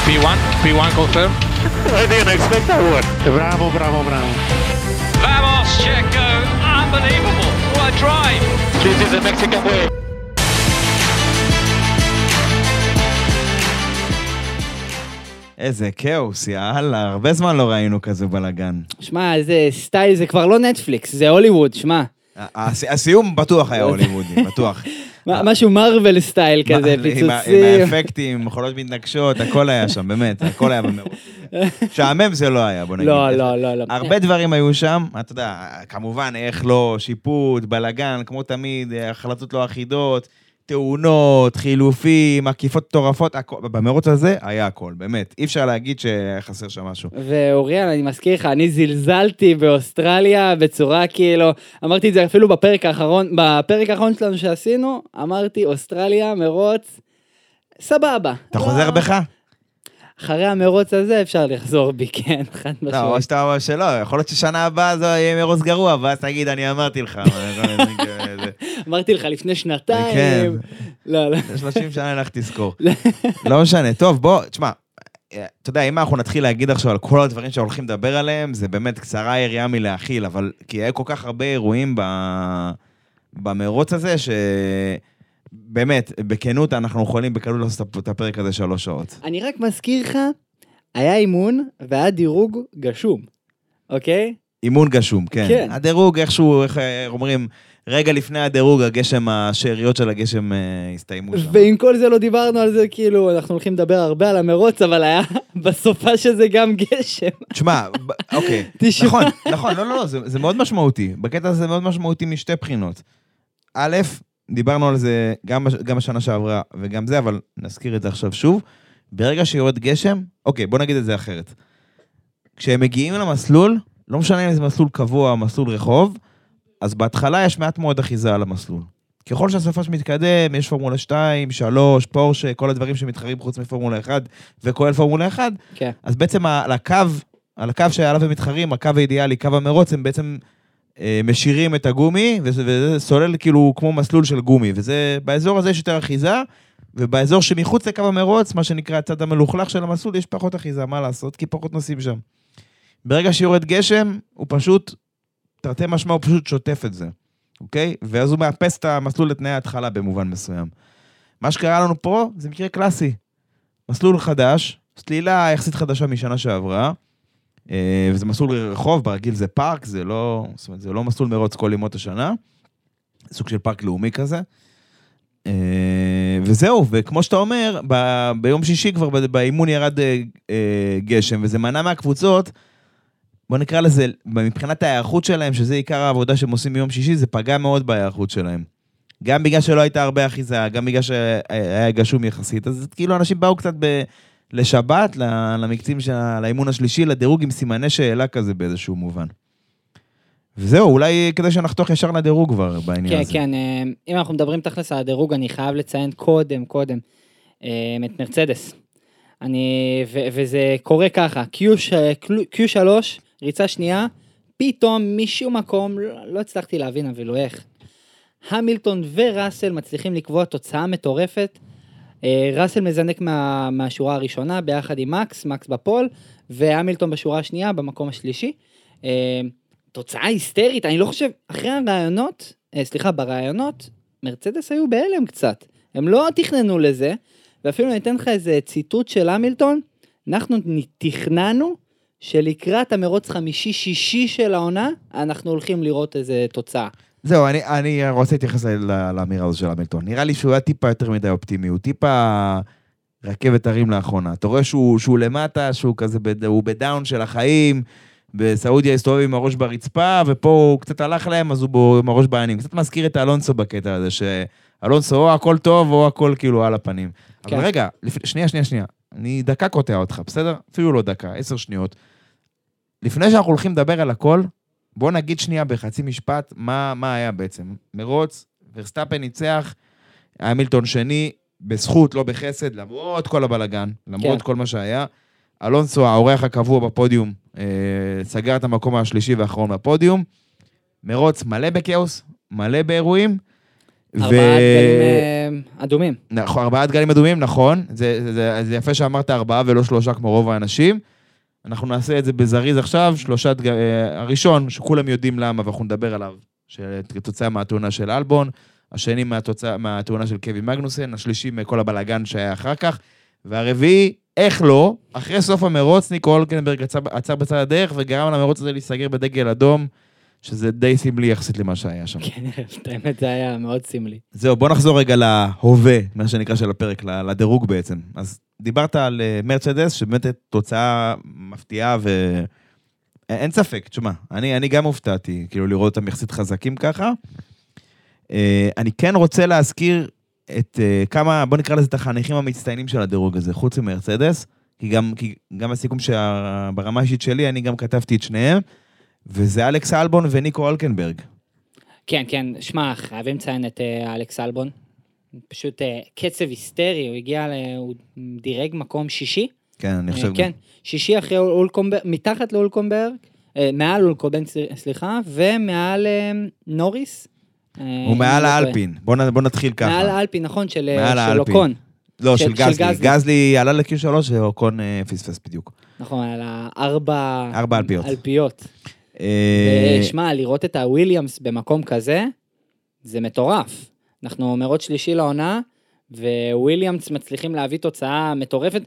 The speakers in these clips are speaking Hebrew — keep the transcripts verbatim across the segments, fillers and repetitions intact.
P one, P one confirm. I didn't expect that one. Bravo, bravo, bravo. Vamos, Checo. Unbelievable. What a drive. This is the Mexican way. איזה כאוס, יאללה, הרבה זמן לא ראינו כזה בלגן. שמע, איזה סטייל, זה כבר לא נטפליקס, זה הוליווד, שמע. הסיום בטוח היה הוליוודי, בטוח. משהו מרוול סטייל כזה, פיצוצים. עם האפקטים, מחולות מתנגשות, הכל היה שם, באמת, הכל היה במרוץ. שעמם זה לא היה, בוא נגיד. לא, לא, לא, לא. הרבה דברים היו שם, אתה יודע, כמובן, איך לא, שיפוט, בלגן, כמו תמיד, החלטות לא אחידות, תאונות, חילופים, עקיפות מטורפות, במרוץ הזה היה הכל, באמת. אי אפשר להגיד שחסר שם משהו. ואוריאל, אני מזכיר לך, אני זלזלתי באוסטרליה בצורה כאילו, אמרתי את זה אפילו בפרק האחרון, בפרק האחרון שלנו שעשינו, אמרתי, אוסטרליה, מרוץ, סבבה. אתה חוזר בך? אחרי המרוץ הזה אפשר לחזור בי, כן, חד משמעית. לא, או שאתה אומר שלא, יכול להיות ששנה הבאה זה יהיה מרוץ גרוע, ואז תגיד, אני אמרתי לך. אמרתי לך לפני שנתיים. לא, לא. שלושים שנה לך תזכור. לא משנה, טוב, בוא, תשמע, אתה יודע, אם אנחנו נתחיל להגיד עכשיו על כל הדברים שהולכים לדבר עליהם, זה באמת קצרה יריעה מלהכיל, אבל כי היה כל כך הרבה אירועים במרוץ הזה, ש... באמת, בכנות אנחנו יכולים בקלות לעשות את הפרק הזה שלוש שעות. אני רק מזכיר לך, היה אימון והיה דירוג גשום, אוקיי? אימון גשום, כן. כן. הדירוג איכשהו, איך אומרים, רגע לפני הדירוג, הגשם, השאריות של הגשם הסתיימו שם. ועם כל זה לא דיברנו על זה, כאילו, אנחנו הולכים לדבר הרבה על המרוץ, אבל היה בסופה שזה גם גשם. תשמע, אוקיי, נכון, נכון, לא, לא, לא, זה, זה מאוד משמעותי. בקטע הזה זה מאוד משמעותי משתי בחינות. א', דיברנו על זה גם, גם השנה שעברה וגם זה, אבל נזכיר את זה עכשיו שוב. ברגע שיורד גשם, אוקיי, בוא נגיד את זה אחרת. כשהם מגיעים למסלול, לא משנה אם זה מסלול קבוע, מסלול רחוב, אז בהתחלה יש מעט מאוד אחיזה על המסלול. ככל שהסופש מתקדם, יש פורמולה שתיים, שלוש, פורשה, כל הדברים שמתחרים חוץ מפורמולה אחת, וכולל פורמולה אחת, כן. אז בעצם על הקו, על הקו שעליו הם מתחרים, הקו האידיאלי, קו המרוץ, הם בעצם משירים את הגומי, וזה סולל כאילו כמו מסלול של גומי, וזה, באזור הזה יש יותר אחיזה, ובאזור שמחוץ לקו המרוץ, מה שנקרא הצד המלוכלך של המסלול, יש פחות אחיזה, מה לעשות? כי פחות נוסעים שם. ברגע שיורד גשם, הוא פשוט, תרתי משמע, הוא פשוט שוטף את זה, אוקיי? ואז הוא מאפס את המסלול לתנאי ההתחלה במובן מסוים. מה שקרה לנו פה, זה מקרה קלאסי. מסלול חדש, סלילה יחסית חדשה משנה שעברה, וזה מסלול רחוב, ברגיל זה פארק, זה לא, זאת אומרת, זה לא מסלול מרוץ כל ימות השנה, סוג של פארק לאומי כזה, וזהו, וכמו שאתה אומר, ב- ביום שישי כבר באימון ירד גשם, וזה מנע מהקבוצות, בוא נקרא לזה, מבחינת ההיערכות שלהם, שזה עיקר העבודה שהם עושים ביום שישי, זה פגע מאוד בהיערכות שלהם. גם בגלל שלא הייתה הרבה אחיזה, גם בגלל שהיה גשום יחסית, אז כאילו אנשים באו קצת ב... לשבת, למקצים של האימון השלישי, לדירוג עם סימני שאלה כזה באיזשהו מובן. וזהו, אולי כדי שנחתוך ישר לדירוג כבר בעניין כן, הזה. כן, כן, אם אנחנו מדברים תכלס על הדירוג, אני חייב לציין קודם, קודם, את מרצדס. אני, ו- וזה קורה ככה, קיו שלוש, ריצה שנייה, פתאום משום מקום, לא, לא הצלחתי להבין אפילו איך, המילטון וראסל מצליחים לקבוע תוצאה מטורפת, ראסל מזנק מה, מהשורה הראשונה, ביחד עם מקס, מקס בפול, והמילטון בשורה השנייה, במקום השלישי. תוצאה היסטרית, אני לא חושב, אחרי הרעיונות, סליחה, ברעיונות, מרצדס היו בהלם קצת. הם לא תכננו לזה, ואפילו ניתן לך איזה ציטוט של המילטון, אנחנו תכננו שלקראת המרוץ חמישי-שישי של העונה, אנחנו הולכים לראות איזה תוצאה. זהו, אני, אני רוצה להתייחס לאמירה הזו של המילטון. נראה לי שהוא היה טיפה יותר מדי אופטימי, הוא טיפה רכבת הרים לאחרונה. אתה רואה שהוא, שהוא למטה, שהוא כזה, הוא בדאון של החיים, בסעודיה הסתובב עם הראש ברצפה, ופה הוא קצת הלך להם, אז הוא עם הראש בענים. קצת מזכיר את אלונסו בקטע הזה, שאלונסו או הכל טוב, או הכל כאילו על הפנים. כן. אבל רגע, שנייה, שנייה, שנייה. אני דקה קוטע אותך, בסדר? אפילו לא דקה, עשר שניות. לפני שאנחנו הולכים לדבר על הכל, בוא נגיד שנייה בחצי משפט, מה, מה היה בעצם? מרוץ, ורסטאפן ניצח, המילטון שני, בזכות, לא בחסד, למרות כל הבלגן, למרות כן. כל מה שהיה. אלונסו, האורח הקבוע בפודיום, אה, סגר את המקום השלישי והאחרון בפודיום. מרוץ מלא בקאוס, מלא באירועים, ארבעה דגלים אדומים. נכון, ארבעה דגלים אדומים, נכון. זה, זה, זה, זה יפה שאמרת ארבעה ולא שלושה כמו רוב האנשים. אנחנו נעשה את זה בזריז עכשיו, שלושה דגלים, הראשון, שכולם יודעים למה, ואנחנו נדבר עליו, שתוצאה מהתאונה של אלבון, השני מהתוצאה, מהתאונה של קווין מגנוסן, השלישי מכל הבלגן שהיה אחר כך, והרביעי, איך לא, אחרי סוף המרוץ, ניקו הולקנברג עצר, עצר בצד הדרך, וגרם למרוץ הזה להיסגר בדגל אדום, שזה די סמלי יחסית למה שהיה שם. כן, האמת זה היה מאוד סמלי. זהו, בוא נחזור רגע להווה, מה שנקרא של הפרק, לדירוג בעצם. אז דיברת על מרצדס, שבאמת תוצאה מפתיעה ואין ספק, תשמע, אני, אני גם הופתעתי, כאילו לראות אותם יחסית חזקים ככה. אני כן רוצה להזכיר את כמה, בוא נקרא לזה את החניכים המצטיינים של הדירוג הזה, חוץ ממרצדס, כי גם, כי גם הסיכום שברמה האישית שלי, אני גם כתבתי את שניהם, וזה אלכס אלבון וניקו הולקנברג. כן, כן, שמע, חייבים לציין את uh, אלכס אלבון. פשוט uh, קצב היסטרי, הוא הגיע, ל... הוא דירג מקום שישי. כן, אני חושב. Uh, כן, שישי אחרי אולקומברג, מתחת לאולקומברג, uh, מעל אולקומברג, סליחה, ומעל uh, נוריס. Uh, הוא מעל האלפין, בוא, נ... בוא נתחיל ככה. מעל האלפין, נכון, של, של אוקון. לא, של, של גזלי. גזלי. גזלי עלה ל-קיו שלוש ואוקון uh, פספס בדיוק. נכון, על הארבע... ארבע אלפיות. אלפיות. ושמע, לראות את הוויליאמס במקום כזה, זה מטורף. אנחנו מרוץ שלישי לעונה, וויליאמס מצליחים להביא תוצאה מטורפת,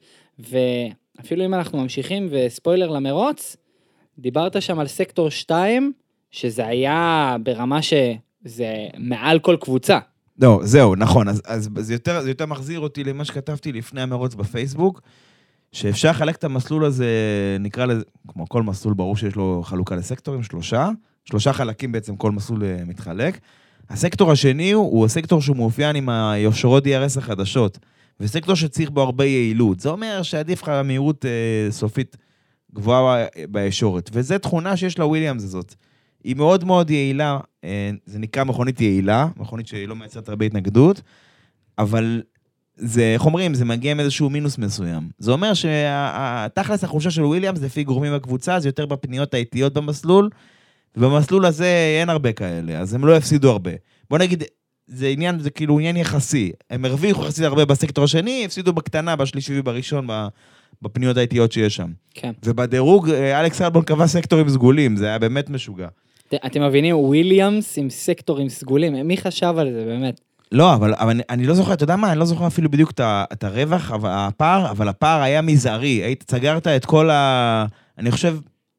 ואפילו אם אנחנו ממשיכים, וספוילר למרוץ, דיברת שם על סקטור שתיים, שזה היה ברמה שזה מעל כל קבוצה. לא, זהו, נכון. אז, אז זה, יותר, זה יותר מחזיר אותי למה שכתבתי לפני המרוץ בפייסבוק, שאפשר לחלק את המסלול הזה, נקרא לזה, כמו כל מסלול, ברור שיש לו חלוקה לסקטורים, שלושה, שלושה חלקים בעצם כל מסלול מתחלק. הסקטור השני הוא, הוא הסקטור שהוא מאופיין עם היושרות די אר אס החדשות, וסקטור שצריך בו הרבה יעילות. זה אומר שעדיף לך מהירות אה, סופית גבוהה בישורת, וזו תכונה שיש לה וויליאמס הזאת. היא מאוד מאוד יעילה, אה, זה נקרא מכונית יעילה, מכונית שהיא לא מייצרת הרבה התנגדות, אבל... זה, איך אומרים, זה מגיע עם איזשהו מינוס מסוים. זה אומר שהתכלס החולשה של וויליאמס, לפי גורמים בקבוצה, זה יותר בפניות האיטיות במסלול, ובמסלול הזה אין הרבה כאלה, אז הם לא יפסידו הרבה. בוא נגיד, זה עניין, זה כאילו עניין יחסי. הם הרוויחו יחסית הרבה בסקטור השני, הפסידו בקטנה, בשלישי ובראשון, בפניות האיטיות שיש שם. כן. ובדירוג, אלכס אלבון קבע סקטורים סגולים, זה היה באמת משוגע. אתם מבינים, וויליאמס עם סקטורים סגולים, מי חשב על זה באמת? לא, אבל, אבל אני, אני לא זוכר, אתה יודע מה, אני לא זוכר אפילו בדיוק את, את הרווח, הפער, אבל הפער היה מזערי. היית, סגרת את כל ה... אני חושב,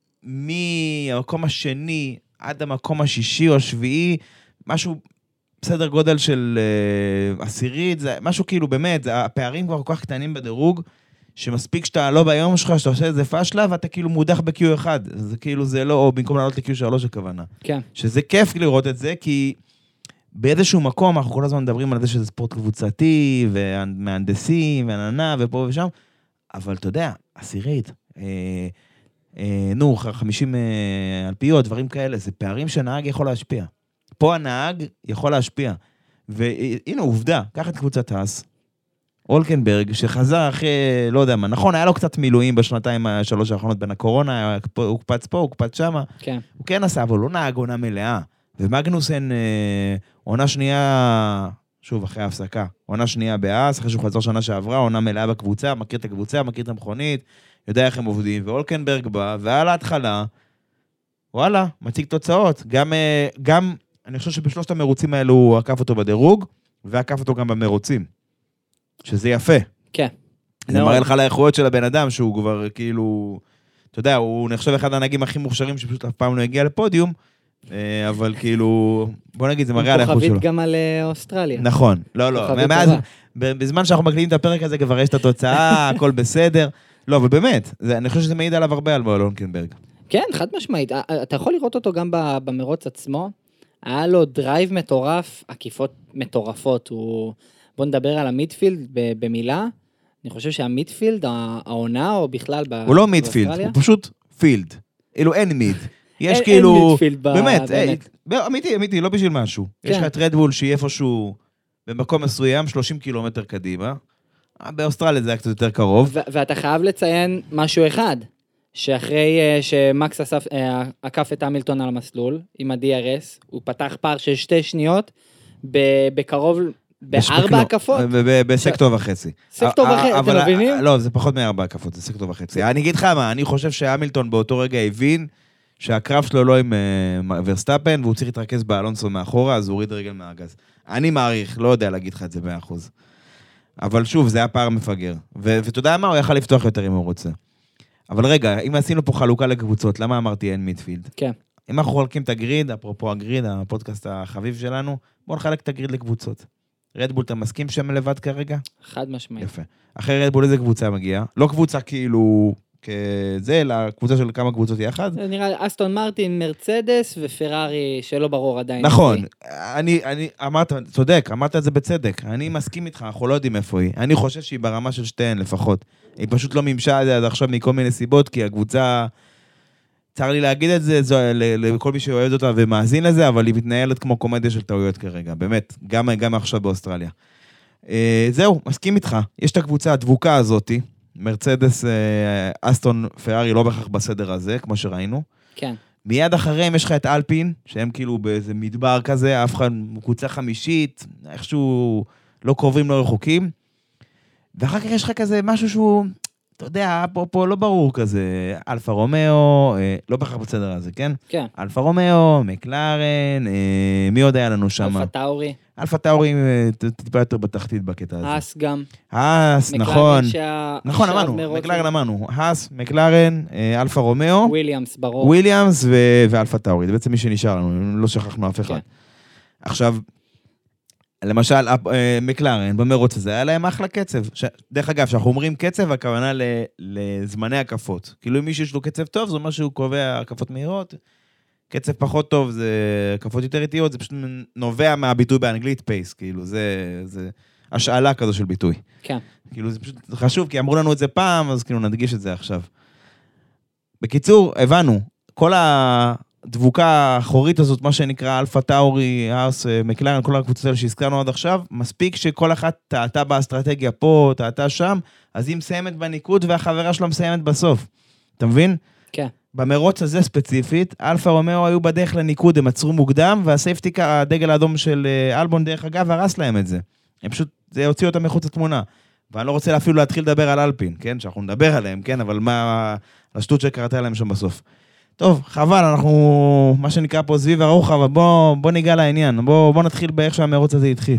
מהמקום השני עד המקום השישי או השביעי, משהו בסדר גודל של uh, עשירית, זה משהו כאילו באמת, זה, הפערים כבר כל כך קטנים בדירוג, שמספיק שאתה לא ביום שלך, שאתה עושה את זה פשלה, ואתה כאילו מודח ב-קיו אחד. זה כאילו זה לא, או במקום לעלות ל-קיו שלוש הכוונה. כן. שזה כיף לראות את זה, כי... באיזשהו מקום, אנחנו כל הזמן מדברים על זה שזה ספורט קבוצתי, ומהנדסים, ועננה, ופה ושם, אבל אתה יודע, עשירית, אה, אה, נו, חמישים אה, אלפיות, דברים כאלה, זה פערים שהנהג יכול להשפיע. פה הנהג יכול להשפיע. והנה, עובדה, קח את קבוצת האס, הולקנברג, שחזר אחרי, לא יודע מה, נכון, היה לו קצת מילואים בשנתיים השלוש האחרונות בין הקורונה, הוא קפץ פה, הוא קפץ שמה, כן. הוא כן עשה, אבל לא נהג עונה מלאה. ומגנוסן, אה, עונה שנייה, שוב, אחרי ההפסקה, עונה שנייה באס, אחרי שהוא חזר שנה שעברה, עונה מלאה בקבוצה, מכיר את הקבוצה, מכיר את המכונית, יודע איך הם עובדים, והולקנברג בא, ועל ההתחלה, וואלה, מציג תוצאות. גם, אה, גם, אני חושב שבשלושת המרוצים האלו הוא עקף אותו בדירוג, ועקף אותו גם במרוצים. שזה יפה. כן. זה מראה לך לאיכויות של הבן אדם, שהוא כבר כאילו, אתה יודע, הוא נחשב אחד הנהגים הכי מוכשרים, שפשוט אף פעם לא הגיע לפודיום, אבל כאילו, בוא נגיד, זה מראה על האיכות שלו. כוכבית גם על אוסטרליה. נכון, לא, לא. בזמן שאנחנו מקליטים את הפרק הזה, כבר יש את התוצאה, הכל בסדר. לא, אבל באמת, אני חושב שזה מעיד עליו הרבה על הולקנברג. כן, חד משמעית. אתה יכול לראות אותו גם במרוץ עצמו. היה לו דרייב מטורף, עקיפות מטורפות. בוא נדבר על המידפילד במילה. אני חושב שהמידפילד, העונה או בכלל באוסטרליה. הוא לא מידפילד, הוא פשוט פילד. אילו אין מיד. יש כאילו, באמת, אמיתי, אמיתי, לא בשביל משהו. יש לך את רדבול שהיא איפשהו במקום מסוים, שלושים קילומטר קדימה. באוסטרליה זה היה קצת יותר קרוב. ואתה חייב לציין משהו אחד, שאחרי שמקס עקף את המילטון על המסלול, עם ה-די אר אס, הוא פתח פער של שתי שניות, בקרוב, בארבע הקפות. בסקטור וחצי. סקטור וחצי, אתם מבינים? לא, זה פחות מארבע הקפות, זה סקטור וחצי. אני אגיד לך מה, אני חושב שהמילטון באותו רגע הבין שהקרב שלו לא עם ורסטאפן, והוא צריך להתרכז באלונסו מאחורה, אז הוא הוריד רגל מהגז. אני מעריך, לא יודע להגיד לך את זה מאה אחוז. אבל שוב, זה היה פער מפגר. ואתה יודע מה? הוא יכל לפתוח יותר אם הוא רוצה. אבל רגע, אם עשינו פה חלוקה לקבוצות, למה אמרתי אין מידפילד? כן. אם אנחנו חולקים את הגריד, אפרופו הגריד, הפודקאסט החביב שלנו, בואו נחלק את הגריד לקבוצות. רדבול, אתה מסכים שם לבד כרגע? חד משמעית. יפה. אחרי רדבול, איזה קבוצה מגיעה? לא קבוצה כאילו כזה, אלא קבוצה של כמה קבוצות יחד? זה נראה לי אסטון מרטין, מרצדס ופרארי, שלא ברור עדיין. נכון. אני, אני, אמרת, צודק, אמרת את זה בצדק. אני מסכים איתך, אנחנו לא יודעים איפה היא. אני חושב שהיא ברמה של שתיהן לפחות. היא פשוט לא מימשה את זה עד עכשיו מכל מיני סיבות, כי הקבוצה, צר לי להגיד את זה, זו, לכל מי שאוהב אותה ומאזין לזה, אבל היא מתנהלת כמו קומדיה של טעויות כרגע, באמת, גם, גם עכשיו באוסטרליה. זהו, מסכים איתך. יש את הקבוצה הדבוקה הזאת, מרצדס, אסטון, פרארי, לא בכך בסדר הזה, כמו שראינו. כן. מיד אחריהם יש לך את אלפין, שהם כאילו באיזה מדבר כזה, אף אחד קבוצה חמישית, איכשהו לא קרובים, לא רחוקים. ואחר כך יש לך כזה משהו שהוא, אתה יודע, פה, פה לא ברור כזה, אלפה רומאו, לא בכך בסדר הזה, כן? כן. אלפה רומאו, מקלרן, מי עוד היה לנו שם? אלפה טאורי. אלפה טאורי טיפה יותר בתחתית בקטע הזה. האס גם. האס, נכון. שה... נכון, אמרנו, מקלרן אמרנו. האס, מקלרן, אלפה רומאו. וויליאמס, ברור. וויליאמס ו- ואלפה טאורי, זה בעצם מי שנשאר לנו, לא שכחנו אף אחד. כן. עכשיו, למשל, מקלרן, במרוץ הזה, היה להם אחלה קצב. ש... דרך אגב, שאנחנו אומרים קצב, הכוונה ל... לזמני הקפות. כאילו, אם מישהו יש לו קצב טוב, זה אומר שהוא קובע הקפות מהירות. קצב פחות טוב, זה הקפות יותר איטיות, זה פשוט נובע מהביטוי באנגלית, פייס, כאילו, זה, זה השאלה כזו של ביטוי. כן. כאילו, זה פשוט חשוב, כי אמרו לנו את זה פעם, אז כאילו, נדגיש את זה עכשיו. בקיצור, הבנו, כל הדבוקה האחורית הזאת, מה שנקרא אלפה טאורי, האוס, מקלרן, כל הקבוצות האלה שהזכרנו עד עכשיו, מספיק שכל אחת טעתה באסטרטגיה פה, טעתה שם, אז היא מסיימת בניקוד והחברה שלה מסיימת בסוף. אתה מבין? כן. במרוץ הזה ספציפית, אלפה רומאו היו בדרך לניקוד, הם עצרו מוקדם, והסייפטיקה, הדגל האדום של אלבון דרך אגב, הרס להם את זה. הם פשוט, זה הוציא אותם מחוץ לתמונה. ואני לא רוצה אפילו להתחיל לדבר על אלפין, כן? שאנחנו נדבר עליהם, כן? אבל מה, השטות שקראתה להם שם בסוף. טוב, חבל, אנחנו, מה שנקרא פה סביב הרוחב, אבל בוא, בוא ניגע לעניין, בוא, בוא נתחיל באיך שהמרוץ הזה התחיל.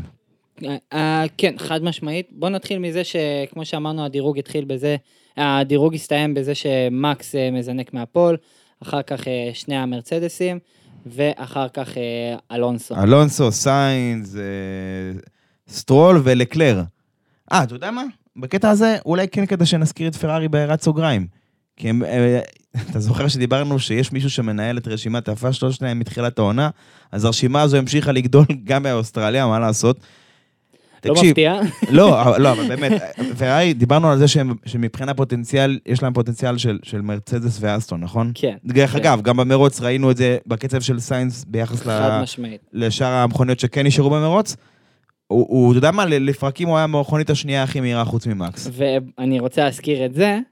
כן, חד משמעית. בוא נתחיל מזה שכמו שאמרנו, הדירוג התחיל בזה, הדירוג הסתיים בזה שמקס מזנק מהפול, אחר כך שני המרצדסים, ואחר כך אלונסו. אלונסו, סיינס, סטרול ולקלר. אה, אתה יודע מה? בקטע הזה, אולי כן כדי שנזכיר את פרארי בהערת סוגריים. כי הם, אתה זוכר שדיברנו שיש מישהו שמנהל את רשימת ההפעה שלו שלהם מתחילת העונה, אז הרשימה הזו המשיכה לגדול גם באוסטרליה, מה לעשות? לא מפתיע. לא, לא, אבל באמת, פרארי, דיברנו על זה שמבחינה פוטנציאל, יש להם פוטנציאל של מרצדס ואסטון, נכון? כן. דרך אגב, גם במרוץ ראינו את זה בקצב של סיינס ביחס לשאר המכוניות שכן נשארו במרוץ. הוא, אתה יודע מה, לפרקים הוא היה המכונית השנייה הכי מהירה חוץ ממקס. ואני רוצה להזכיר את זה,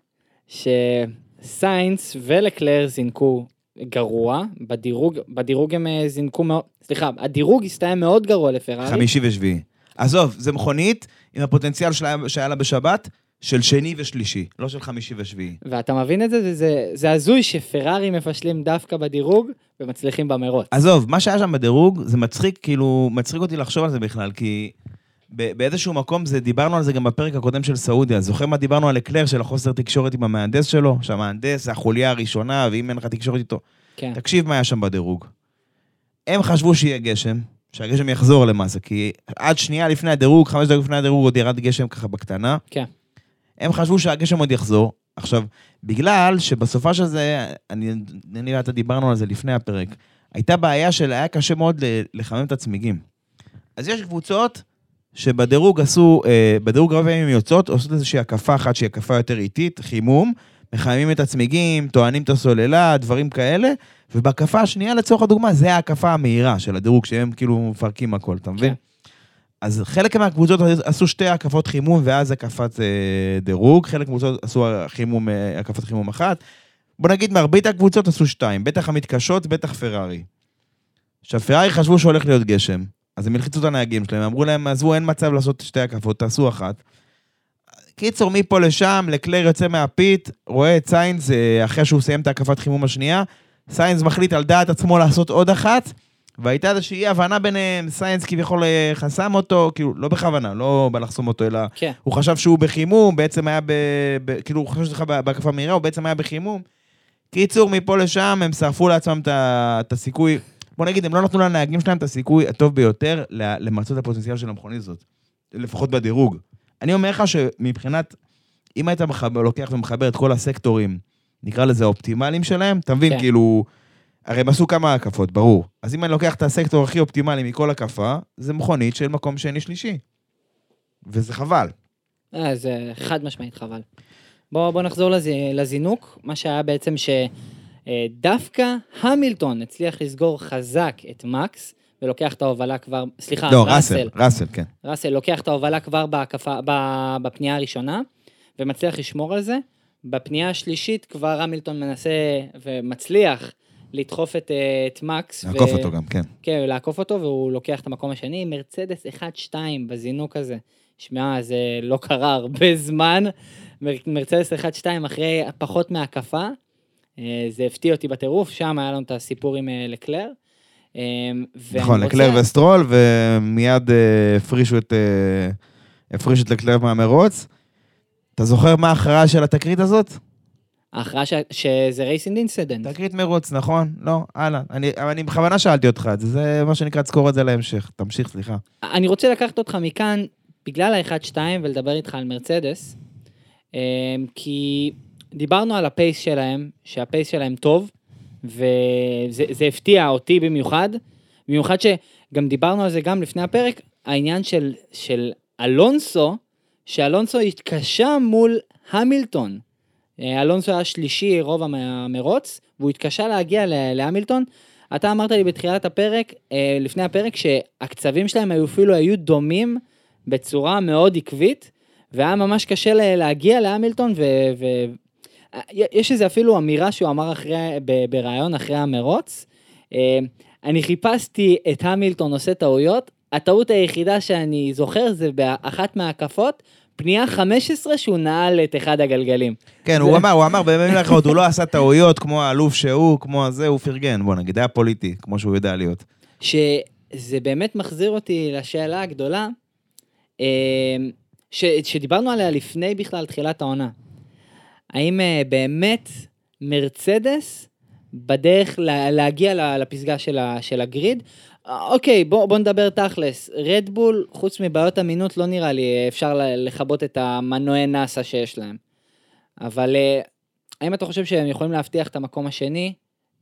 שסיינס ולקלר זינקו גרוע, בדירוג, בדירוג הם זינקו מאוד, סליחה, הדירוג הסתיים מאוד גרוע לפרארי. חמישי ושביעי. עזוב, זה מכונית עם הפוטנציאל שהיה לה בשבת, של שני ושלישי, לא של חמישי ושביעי. ואתה מבין את זה? זה, זה הזוי שפרארי מפשלים דווקא בדירוג, ומצליחים במרוץ. עזוב, מה שהיה שם בדירוג, זה מצחיק, כאילו, מצחיק אותי לחשוב על זה בכלל, כי באיזשהו מקום זה, דיברנו על זה גם בפרק הקודם של סעודיה, זוכר מה דיברנו על אקלר של החוסר תקשורת עם המהנדס שלו, שהמהנדס זה החוליה הראשונה, ואם אין לך תקשורת איתו. כן. תקשיב מה היה שם בדירוג. הם חשבו שיהיה גשם, שהגשם יחזור למעשה, כי עד שנייה לפני הדירוג, חמש דקות לפני הדירוג, עוד ירד גשם ככה בקטנה. כן. הם חשבו שהגשם עוד יחזור. עכשיו, בגלל שבסופה של זה, אני, אני ואתה דיברנו על זה לפני הפרק, הייתה בעיה של, היה קשה מאוד לחמם את הצמיגים. אז יש קבוצות שבדירוג עשו, בדירוג הרבה פעמים יוצאות, עושות איזושהי הקפה אחת שהיא הקפה יותר איטית, חימום, מחממים את הצמיגים, טוענים את הסוללה, דברים כאלה, ובהקפה השנייה לצורך הדוגמה, זה ההקפה המהירה של הדירוג, שהם כאילו מפרקים הכל, אתה מבין? אז חלק מהקבוצות עשו שתי הקפות חימום, ואז הקפת דירוג, חלק מהקבוצות עשו חימום, הקפת חימום אחת, בוא נגיד, מרבית הקבוצות עשו שתיים, בטח המתקשות, בטח פרארי. עכשיו, פרארי חשבו שהולך להיות גשם, אז הם הלחיצו את הנהגים שלהם, אמרו להם, עזבו, אין מצב לעשות שתי הקפות, תעשו אחת. קיצור, מפה לשם, לקלר יוצא מהפית, רואה את סיינס, אחרי שהוא סיים את הקפת חימום השנייה, סיינס מחליט על דעת עצמו לעשות עוד אחת, והייתה איזושהי הבנה ביניהם, סיינס כביכול חסם אותו, כאילו, לא בכוונה, לא בא לחסום אותו, אלא כן. הוא חשב שהוא בחימום, בעצם היה ב... ב... כאילו, הוא חשב שזה בהקפה מהירה, הוא בעצם היה בחימום. קיצור, מפה לשם, הם שרפו לעצמם את הסיכוי, בוא נגיד, הם לא נתנו לנהגים שלהם את הסיכוי הטוב ביותר למצות את הפוטנציאל של המכונית הזאת, לפחות בדירוג. אני אומר לך שמבחינת, אם היית לוקח ומחבר את כל הסקטורים, נקרא לזה האופטימליים שלהם, אתה מבין, כן. כאילו, הרי הם עשו כמה הקפות, ברור. אז אם אני לוקח את הסקטור הכי אופטימלי מכל הקפה, זה מכונית של מקום שני שלישי. וזה חבל. אה, זה חד משמעית חבל. בוא, בוא נחזור לז... לזינוק, מה שהיה בעצם שדווקא המילטון הצליח לסגור חזק את מקס, ולוקח את ההובלה כבר, סליחה, לא, ראסל. ראסל, ראסל, כן. ראסל לוקח את ההובלה כבר בהקפה, בפנייה הראשונה, ומצליח לשמור על זה. בפנייה השלישית כבר המילטון מנסה ומצליח לדחוף את, את מקס. לעקוף ו... אותו גם, כן. כן, לעקוף אותו, והוא לוקח את המקום השני. מרצדס אחת שתיים בזינוק הזה. שמע, זה לא קרה הרבה זמן. מרצדס אחת שתיים אחרי פחות מהקפה. זה הפתיע אותי בטירוף. שם היה לנו את הסיפור עם לקלר. נכון, לקלר וסטרול, ומיד הפרישו את, הפרישו את לקלר מהמרוץ. אתה זוכר מה ההכרעה של התקרית הזאת? ההכרעה ש... שזה רייסינג אינסטנט. תקרית מרוץ, נכון? לא, הלאה. אני, אני בכוונה שאלתי אותך, זה, זה מה שנקרא, תזכור את זה להמשך. תמשיך, סליחה. אני רוצה לקחת אותך מכאן, בגלל ה-אחת שתיים, ולדבר איתך על מרצדס, כי דיברנו על הפייס שלהם, שהפייס שלהם טוב, וזה זה הפתיע אותי במיוחד, במיוחד שגם דיברנו על זה גם לפני הפרק, העניין של, של אלונסו, שאלונסו התקשה מול המילטון. אלונסו היה שלישי רוב המרוץ, והוא התקשה להגיע להמילטון. אתה אמרת לי בתחילת הפרק, לפני הפרק, שהקצבים שלהם היו אפילו היו דומים בצורה מאוד עקבית, והיה ממש קשה להגיע להמילטון, ויש איזה אפילו אמירה שהוא אמר אחרי, ברעיון אחרי המרוץ, אני חיפשתי את המילטון עושה טעויות, הטעות היחידה שאני זוכר זה באחת מההקפות, פנייה חמש עשרה שהוא נעל את אחד הגלגלים. כן, הוא אמר, הוא אמר, במילים אחרות, הוא לא עשה טעויות כמו האלוף שהוא, כמו הזה, הוא פרגן, בוא נגיד, היה פוליטי, כמו שהוא יודע להיות. שזה באמת מחזיר אותי לשאלה הגדולה, שדיברנו עליה לפני בכלל תחילת העונה. האם באמת מרצדס בדרך להגיע לפסגה של הגריד, אוקיי, בוא, בוא נדבר תכלס. רדבול, חוץ מבעיות אמינות, לא נראה לי אפשר לחבות את המנועי נאסה שיש להם. אבל האם אתה חושב שהם יכולים להבטיח את המקום השני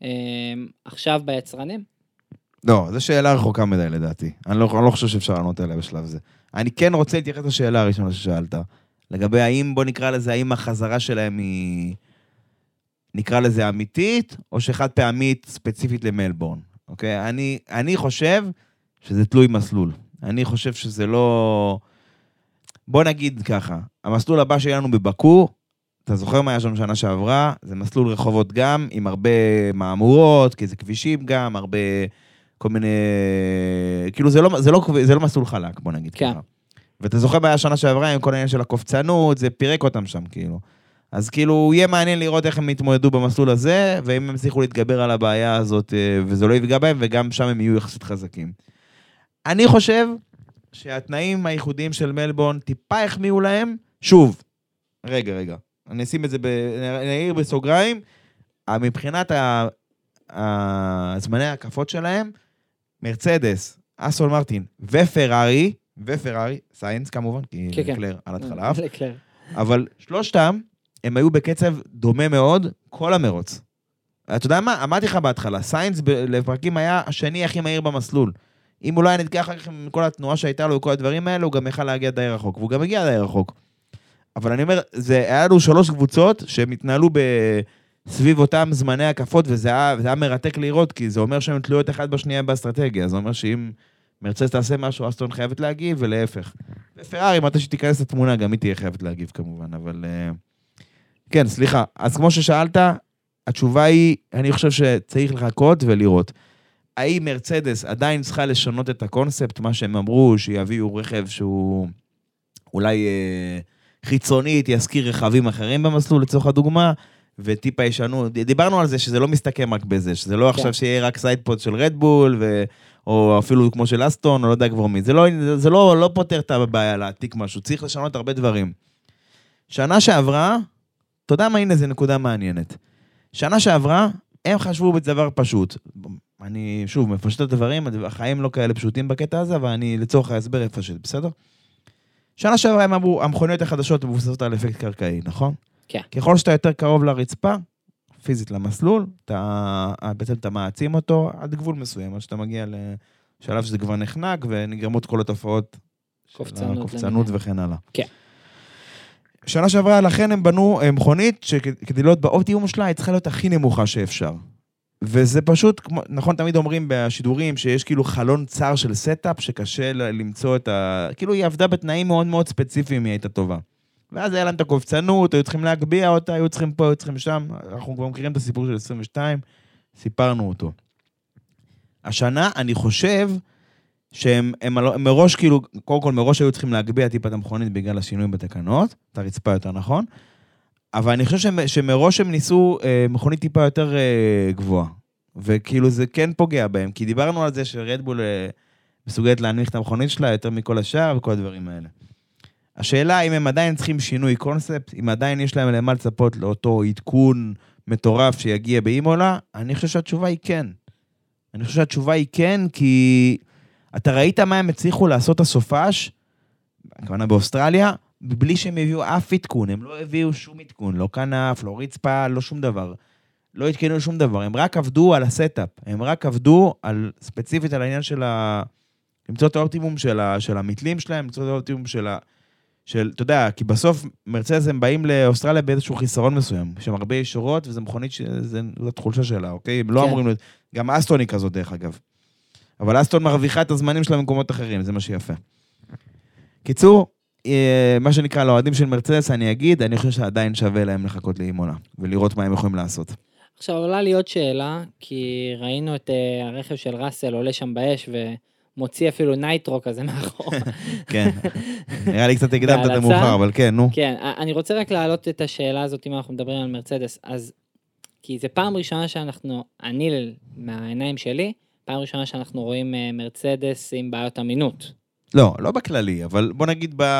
עכשיו ביצרנים? לא, זו שאלה רחוקה מדי לדעתי. אני לא, אני לא חושב שאפשר לענות עליה בשלב זה. אני כן רוצה להתייחס לשאלה הראשונה ששאלת. לגבי האם, בוא נקרא לזה, האם החזרה שלהם היא, נקרא לזה אמיתית, או שחד פעמית ספציפית למלבורן. אוקיי? אני, אני חושב שזה תלוי מסלול. אני חושב שזה לא... בוא נגיד ככה, המסלול הבא שלנו בבקו, אתה זוכר מה היה שם שנה שעברה? זה מסלול רחובות גם, עם הרבה מאמורות, כי זה כבישים גם, הרבה כל מיני... כאילו זה לא, זה לא, זה לא מסלול חלק, בוא נגיד כן. ככה. ואתה זוכר מה היה שנה שעברה, עם כל העניין של הקופצנות, זה פירק אותם שם, כאילו. אז כאילו, יהיה מעניין לראות איך הם יתמודדו במסלול הזה, ואם הם צריכו להתגבר על הבעיה הזאת, וזה לא יפגע בהם, וגם שם הם יהיו יחסית חזקים. אני חושב שהתנאים הייחודיים של מלבורן טיפה החמיאו להם, שוב, רגע, רגע, אני אשים את זה, נעיר בסוגריים, מבחינת הזמני ההקפות שלהם, מרצדס, אסטון מרטין ופרארי, ופרארי, סיינס כמובן, כי לקלר על התחלה, אבל שלושתם, הם היו בקצב דומה מאוד, כל המרוץ. אתה יודע מה? אמרתי לך בהתחלה, סיינס לפרקים היה השני הכי מהיר במסלול. אם הוא לא היה נתקע אחר כך עם כל התנועה שהייתה לו וכל הדברים האלה, הוא גם יכל להגיע די רחוק, והוא גם הגיע די רחוק. אבל אני אומר, זה היה לנו שלוש קבוצות שהם התנהלו בסביב אותם זמני הקפות, וזה היה, וזה היה מרתק לראות, כי זה אומר שהם תלויות אחד בשנייה באסטרטגיה. זה אומר שאם מרצדס תעשה משהו, אסטון חייבת להגיב, ולהפך. ופרארי, מתי שתיכנס לתמונה, גם היא תהיה חייבת להגיב כמובן, אבל... כן, סליחה. אז כמו ששאלת, התשובה היא, אני חושב שצריך לחכות ולראות. האם מרצדס עדיין צריכה לשנות את הקונספט, מה שהם אמרו, שיביאו רכב שהוא אולי אה, חיצונית, יזכיר רכבים אחרים במסלול, לצורך הדוגמה, וטיפה ישנו, דיברנו על זה שזה לא מסתכם רק בזה, שזה לא עכשיו שיהיה רק סיידפוד של רדבול, ו... או אפילו כמו של אסטון, או לא יודע כבר מי, זה לא, זה לא, לא פותר את הבעיה להעתיק משהו, צריך לשנות הרבה דברים. שנה שעברה, אתה יודע מה, הנה זה נקודה מעניינת. שנה שעברה, הם חשבו בדבר פשוט. אני, שוב, מפשט את הדברים, החיים לא כאלה פשוטים בקטע הזה, אבל אני לצורך ההסבר אפשט, בסדר? שנה שעברה הם אמרו, המכוניות החדשות מבוססות על אפקט קרקעי, נכון? כן. ככל שאתה יותר קרוב לרצפה, פיזית למסלול, אתה, בעצם אתה מעצים אותו עד גבול מסוים, עד שאתה מגיע לשלב שזה כבר נחנק, ונגרמות כל התופעות קופצנות, קופצנות וכן הלאה. כן. שנה שעברה, לכן הם בנו מכונית, שכדי להיות באופטימום שלה, היא צריכה להיות הכי נמוכה שאפשר. וזה פשוט, נכון, תמיד אומרים בשידורים, שיש כאילו חלון צר של סטאפ, שקשה למצוא את ה... כאילו היא עבדה בתנאים מאוד מאוד ספציפיים, היא הייתה טובה. ואז היה להם את הקופצנות, היו צריכים להגביע אותה, היו צריכים פה, היו צריכים שם. אנחנו כבר מכירים את הסיפור של עשרים ושתיים, סיפרנו אותו. השנה, אני חושב, שהם הם, הם מראש, כאילו, קודם כל מראש היו צריכים להגביע טיפה את המכונית בגלל השינויים בתקנות, את הרצפה יותר נכון, אבל אני חושב שהם, שמראש הם ניסו אה, מכונית טיפה יותר אה, גבוהה, וכאילו זה כן פוגע בהם, כי דיברנו על זה שרדבול אה, מסוגלת להנמיך את המכונית שלה יותר מכל השאר וכל הדברים האלה. השאלה אם הם עדיין צריכים שינוי קונספט, אם עדיין יש להם למה לצפות לאותו עדכון מטורף שיגיע באימולה, אני חושב שהתשובה היא כן. אני חושב שהתשובה היא כן, כי אתה ראית מה הם הצליחו לעשות הסופש, הכוונה באוסטרליה, בלי שהם הביאו אף עדכון, הם לא הביאו שום עדכון, לא כנף, לא רצפה, לא שום דבר. לא התקנו שום דבר, הם רק עבדו על הסטאפ, הם רק עבדו על, ספציפית על העניין של ה... למצוא את האופטימום של, ה... של המתלים שלהם, למצוא את האופטימום של ה... של, אתה יודע, כי בסוף מרצדס הם באים לאוסטרליה באיזשהו חיסרון מסוים, יש שם הרבה ישורות, וזו מכונית שזו התחולשה שלה, אוקיי? הם לא אמורים להיות, גם אסטון היא כזאת דרך אגב. אבל אסטון מרוויחה את הזמנים שלה במקומות אחרים, זה מה שיפה. קיצור, מה שנקרא לאוהדים של מרצדס, אני אגיד, אני חושב שעדיין שווה להם לחכות לאימונה, ולראות מה הם יכולים לעשות. עכשיו, עולה לי עוד שאלה, כי ראינו את הרכב של ראסל עולה שם באש, ומוציא אפילו נייטרו כזה מאחור. כן, נראה לי קצת הקדמת את המאוחר, אבל כן, נו. כן, אני רוצה רק להעלות את השאלה הזאת, אם אנחנו מדברים על מרצדס, אז, כי זה פעם ראשונה שאנחנו, אני, מהעיניים שלי, פעם ראשונה שאנחנו רואים מרצדס עם בעיות אמינות. לא, לא בכללי, אבל בוא נגיד ב...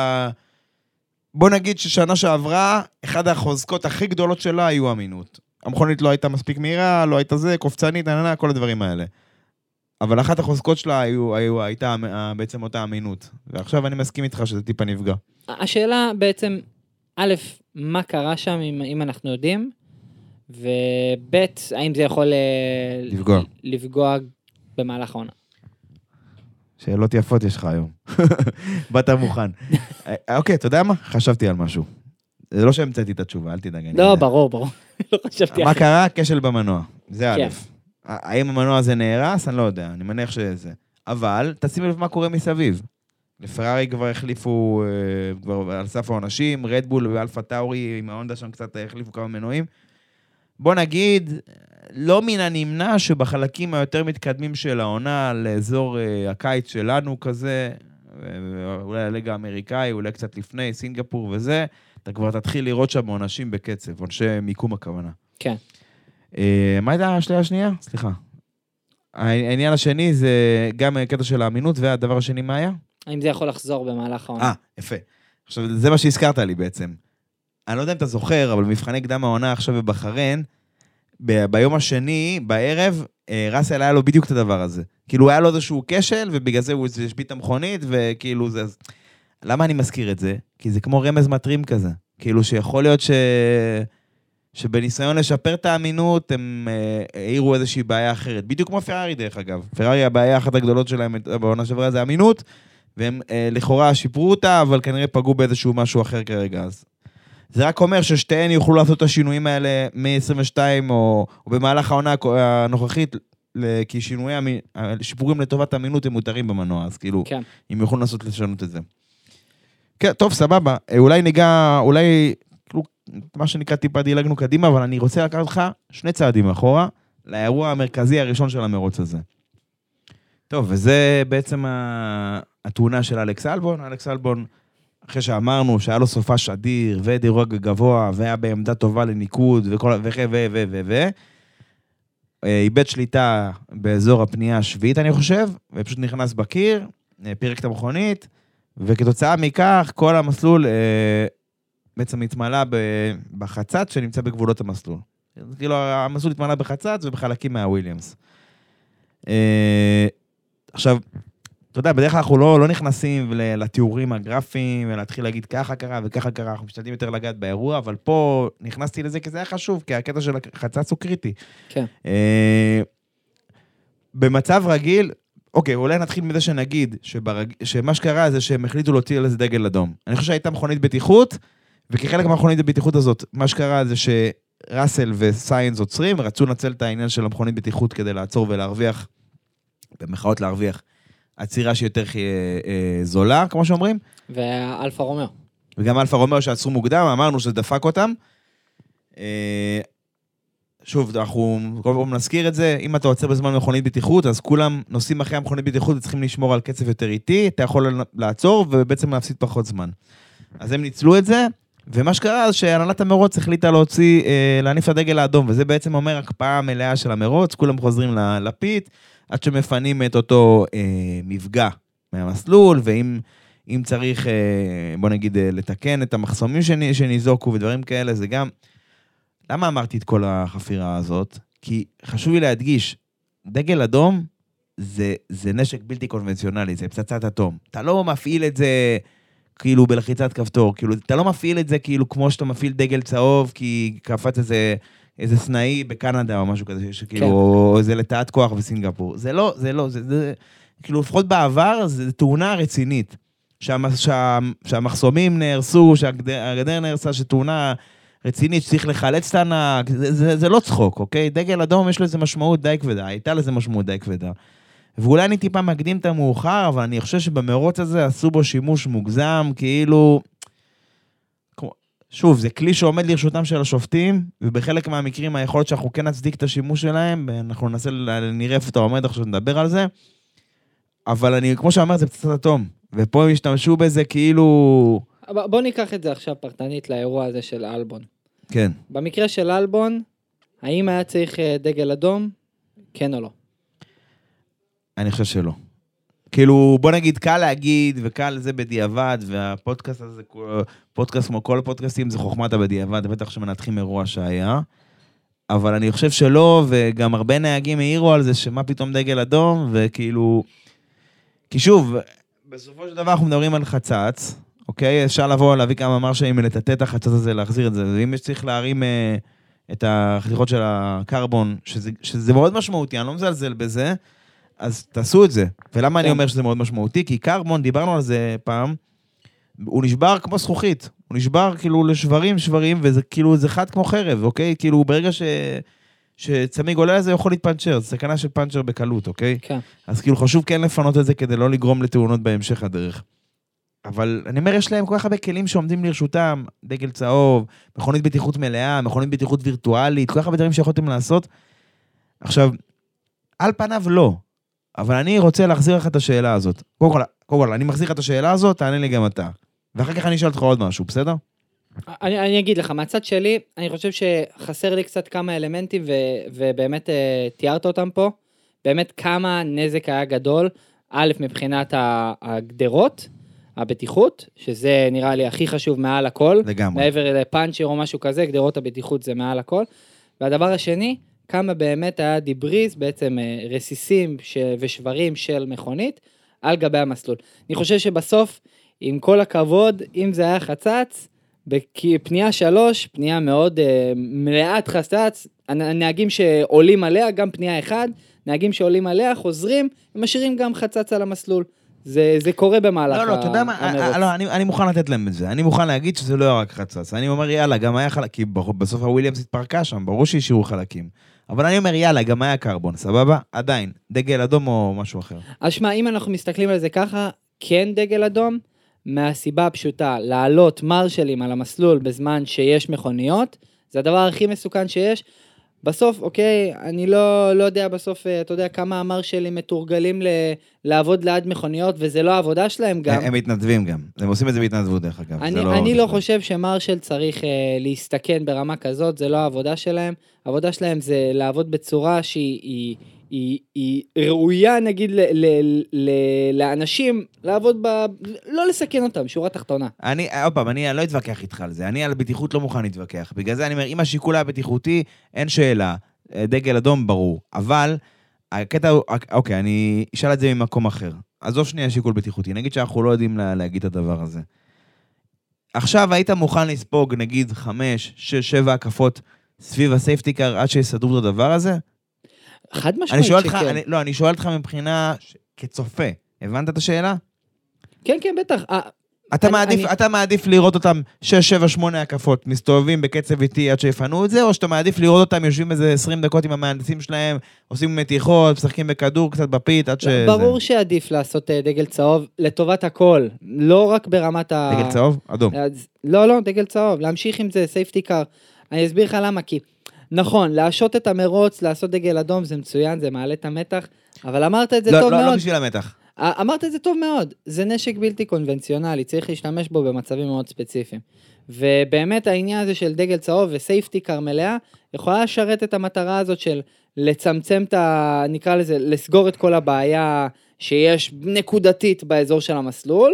בוא נגיד ששנה שעברה, אחד החוזקות הכי גדולות שלה היו אמינות. המכונית לא הייתה מספיק מהירה, לא הייתה זה, קופצנית, עננה, כל הדברים האלה. אבל אחת החוזקות שלה היו, היו, הייתה בעצם אותה אמינות. ועכשיו אני מסכים איתך שזה טיפה נפגע. השאלה בעצם, א', מה קרה שם, אם, אם אנחנו יודעים, וב', האם זה יכול לפגוע, לפגוע במהלך העונה. שאלות יפות יש לך היום. באת מוכן. אוקיי, אתה יודע מה? חשבתי על משהו. זה לא שהמצאתי את התשובה, אל תדאג. לא, ברור, ברור. לא חשבתי. מה קרה? כשל במנוע. זה א'. האם המנוע הזה נהרס? אני לא יודע. אני מניח שזה. אבל, תשים לב מה קורה מסביב. לפרארי כבר החליפו, כבר על סף העונשים, רדבול ואלפה טאורי עם ההונדה שם קצת החליפו כמה מנועים. בוא נגיד, לא מן הנמנע שבחלקים היותר מתקדמים של העונה, לאזור הקיץ שלנו כזה, אולי הליגה האמריקאי, אולי קצת לפני, סינגפור וזה, אתה כבר תתחיל לראות שם עונשים בקצב, עונשי מיקום הכוונה. כן. מה הייתה השאלה השנייה? סליחה. העניין השני זה גם קטע של האמינות, והדבר השני מה היה? האם זה יכול לחזור במהלך העונה? אה, יפה. עכשיו, זה מה שהזכרת לי בעצם. אני לא יודע אם אתה זוכר, אבל במבחני קדם העונה עכשיו בבחריין, ב- ביום השני, בערב, ראסל היה לו בדיוק את הדבר הזה. כאילו, היה לו איזשהו כשל, ובגלל זה הוא השבית את המכונית, וכאילו זה... למה אני מזכיר את זה? כי זה כמו רמז מטרים כזה. כאילו, שיכול להיות ש... שבניסיון לשפר את האמינות, הם העירו איזושהי בעיה אחרת. בדיוק כמו פרארי, דרך אגב. פרארי, הבעיה אחת הגדולות שלהם בעונה שעברה זה אמינות, והם לכאורה שיפרו אותה, אבל כנראה פגעו באיזשהו משהו אחר כרגע. אז זה רק אומר ששתיהן יוכלו לעשות את השינויים האלה מ-עשרים ושתיים, או, או במהלך העונה הנוכחית, כי שינויי, שיפורים לטובת אמינות הם מותרים במנוע, אז כאילו, כן. הם יוכלו לנסות לשנות את זה. כן, טוב, סבבה. אולי ניגע, אולי, כאילו, מה שנקרא טיפה דילגנו קדימה, אבל אני רוצה לקחת לך שני צעדים אחורה, לאירוע המרכזי הראשון של המרוץ הזה. טוב, וזה בעצם התאונה של אלכס אלבון. אלכס אלבון, אחרי שאמרנו שהיה לו סופש אדיר, ודירוג גבוה, והיה בעמדה טובה לניקוד, וכל, ו, ו, ו, ו, ו, איבד שליטה באזור הפנייה השביעית, אני חושב, ופשוט נכנס בקיר, פירק את המכונית, וכתוצאה מכך, כל המסלול בעצם התמלא בחצץ שנמצא בגבולות המסלול. כאילו, המסלול התמלא בחצץ ובחלקים מהוויליאמס. עכשיו, אתה יודע, בדרך כלל אנחנו לא, לא נכנסים לתיאורים הגרפיים, ולהתחיל להגיד ככה קרה וככה קרה, אנחנו משתדלים יותר לגעת באירוע, אבל פה נכנסתי לזה כי זה היה חשוב, כי הקטע של החצץ הוא קריטי. כן. במצב רגיל, אוקיי, אולי נתחיל מזה שנגיד, שברג... שמה שקרה זה שהם החליטו להוציא על איזה דגל אדום. אני חושב שהייתה מכונית בטיחות, וכחלק מהמכונית הבטיחות הזאת, מה שקרה זה שראסל וסיינס עוצרים, רצו לנצל את העניין של המכונית בטיחות כדי לעצור ולהרוויח, במחאות להרוויח, עצירה שהיא יותר אה, זולה, כמו שאומרים. ואלפה רומאו. וגם אלפה רומאו שעצרו מוקדם, אמרנו שזה דפק אותם. אה, שוב, אנחנו כל פעם נזכיר את זה, אם אתה עוצר בזמן מכונית בטיחות, אז כולם נוסעים אחרי המכונית בטיחות וצריכים לשמור על קצב יותר איטי, אתה יכול לעצור ובעצם להפסיד פחות זמן. אז הם ניצלו את זה, ומה שקרה זה שהנהלת המרוץ החליטה להוציא, אה, להניף את הדגל האדום, וזה בעצם אומר הקפאה מלאה של המרוץ, כולם חוזרים ללפיד, עד שמפנים את אותו אה, מפגע מהמסלול, ואם אם צריך, אה, בוא נגיד, אה, לתקן את המחסומים שניזוקו ודברים כאלה, זה גם... למה אמרתי את כל החפירה הזאת? כי חשוב לי להדגיש, דגל אדום זה, זה נשק בלתי קונבנציונלי, זה פצצת אטום. אתה לא מפעיל את זה כאילו בלחיצת כפתור, כאילו, אתה לא מפעיל את זה כאילו כמו שאתה מפעיל דגל צהוב, כי קפץ איזה... איזה סנאי בקנדה או משהו כזה, שכאילו, כן. או איזה לתעת כוח בסינגפור. זה לא, זה לא, זה, זה, כאילו, לפחות בעבר, זה תאונה רצינית. שהמ, שה, שהמחסומים נהרסו, שהגדר נהרסה, שתאונה רצינית, שצריך לחלץ את הענק, זה, זה, זה לא צחוק, אוקיי? דגל אדום יש לזה משמעות די כבדה, הייתה לזה משמעות די כבדה. ואולי אני טיפה מקדים את המאוחר, אבל אני חושב שבמרוץ הזה עשו בו שימוש מוגזם, כאילו... שוב, זה כלי שעומד לרשותם של השופטים, ובחלק מהמקרים היכולת שאנחנו כן נצדיק את השימוש שלהם, אנחנו ננסה, נראה איפה אתה עומד, עכשיו נדבר על זה, אבל אני, כמו שאמר, זה פצצת אטום, ופה הם השתמשו בזה כאילו... בוא ניקח את זה עכשיו פרטנית לאירוע הזה של אלבון. כן. במקרה של אלבון, האם היה צריך דגל אדום? כן או לא? אני חושב שלא. כאילו, בוא נגיד, קל להגיד, וקל זה בדיעבד, והפודקאסט הזה, פודקאסט כמו כל הפודקאסטים, זה חוכמת הבדיעבד, בטח שמנתחים אירוע שהיה, אבל אני חושב שלא, וגם הרבה נהגים העירו על זה, שמה פתאום דגל אדום, וכאילו, כי שוב, בסופו של דבר אנחנו מדברים על חצץ, אוקיי? אפשר לבוא, להביא כמה מרשעים, ולטטט את החצץ הזה, להחזיר את זה, ואם יש צריך להרים אה, את החתיכות של הקרבון, שזה, שזה מאוד משמעותי, אני לא מזלזל בזה, אז תעשו את זה. ולמה אני אומר שזה מאוד משמעותי? כי קרבון, דיברנו על זה פעם, הוא נשבר כמו זכוכית. הוא נשבר כאילו לשברים, שברים, וזה כאילו, זה חד כמו חרב, אוקיי? כאילו, ברגע ש... שצמיג עולה לזה, יכול להתפנצ'ר. זה סכנה של פנצ'ר בקלות, אוקיי? כן. אז כאילו, חשוב כן לפנות את זה, כדי לא לגרום לתאונות בהמשך הדרך. אבל אני אומר, יש להם כל כך הרבה כלים שעומדים לרשותם, דגל צהוב, מכונית בטיחות מלאה, מכונית בטיחות וירטואלית, כל כך הרבה דברים שיכולתם לעשות. עכשיו, על פניו לא. אבל אני רוצה להחזיר לך את השאלה הזאת. קודם כל, קודם כל, אני מחזיר לך את השאלה הזאת, תענה לי גם אתה. ואחר כך אני אשאל אותך עוד משהו, בסדר? אני, אני אגיד לך, מהצד שלי, אני חושב שחסר לי קצת כמה אלמנטים, ו, ובאמת uh, תיארת אותם פה, באמת כמה נזק היה גדול, א', מבחינת הגדרות, הבטיחות, שזה נראה לי הכי חשוב מעל הכל. לגמרי. מעבר לפאנצ'ר או משהו כזה, גדרות הבטיחות זה מעל הכל. והדבר השני, כמה באמת היה דיבריז, בעצם רסיסים ש... ושברים של מכונית, על גבי המסלול. אני חושב שבסוף, עם כל הכבוד, אם זה היה חצץ, בפנייה שלוש, פנייה מאוד uh, מלאת חצץ, הנהגים שעולים עליה, גם פנייה אחד, נהגים שעולים עליה, חוזרים, ומשאירים גם חצץ על המסלול. זה, זה קורה במהלך המרוץ. לא, לא, אתה יודע מה, לא, אני, אני מוכן לתת להם את זה. אני מוכן להגיד שזה לא היה רק חצץ. אני אומר, יאללה, גם היה חלקים, בסוף הוויליאמס התפרקה שם, ברור שישאירו חלקים. אבל אני אומר, יאללה, גם היה קרבון, סבבה? עדיין, דגל אדום או משהו אחר. אז שמה, אם אנחנו מסתכלים על זה ככה, כן דגל אדום, מהסיבה הפשוטה, לעלות מרשלים על המסלול בזמן שיש מכוניות, זה הדבר הכי מסוכן שיש, בסוף, אוקיי, אני לא, לא יודע בסוף, אתה יודע, כמה המרשלים מתורגלים ל, לעבוד ליד מכוניות, וזה לא העבודה שלהם גם. הם, הם מתנדבים גם, הם עושים את זה בהתנדבות דרך אגב. אני לא, אני לא חושב שמרשל צריך אה, להסתכן ברמה כזאת, זה לא העבודה שלהם, העבודה שלהם זה לעבוד בצורה שהיא היא, היא, היא ראויה, נגיד, ל, ל, ל, לאנשים, לעבוד ב... לא לסכן אותם, שורה תחתונה. אני, עוד פעם, אני לא אתווכח איתך על זה, אני על בטיחות לא מוכן להתווכח, בגלל זה אני אומר, אם השיקול היה בטיחותי, אין שאלה, דגל אדום ברור, אבל הקטע, אוקיי, אני אשאל את זה ממקום אחר, עזוב שנייה שיקול בטיחותי, נגיד שאנחנו לא יודעים לה, להגיד את הדבר הזה. עכשיו היית מוכן לספוג, נגיד, חמש, שש, שבע הקפות סביב הסייפטיקר, עד שיסדרו את הדבר הזה? חד משמעית שכן. אותך, אני, לא, אני שואל אותך מבחינה ש... כצופה. הבנת את השאלה? כן, כן, בטח. אתה, אני, מעדיף, אני... אתה מעדיף לראות אותם שש, שבע, שמונה הקפות, מסתובבים בקצב איטי עד שיפנו את זה, או שאתה מעדיף לראות אותם יושבים איזה עשרים דקות עם המהנדסים שלהם, עושים מתיחות, משחקים בכדור קצת בפית, עד שזה... ברור שעדיף לעשות דגל צהוב לטובת הכל, לא רק ברמת ה... דגל צהוב? אדום. לא, לא, דגל צהוב, להמשיך עם זה, סייפטי קאר. אני אסביר לך למה, כי... נכון, להשות את המרוץ, לעשות דגל אדום, זה מצוין, זה מעלה את המתח, אבל אמרת את זה לא, טוב לא, מאוד. לא בשביל המתח. אמרת את זה טוב מאוד, זה נשק בלתי קונבנציונלי, צריך להשתמש בו במצבים מאוד ספציפיים. ובאמת העניין הזה של דגל צהוב וסייפטי קאר מלאה, יכולה לשרת את המטרה הזאת של לצמצם את ה... נקרא לזה, לסגור את כל הבעיה שיש נקודתית באזור של המסלול,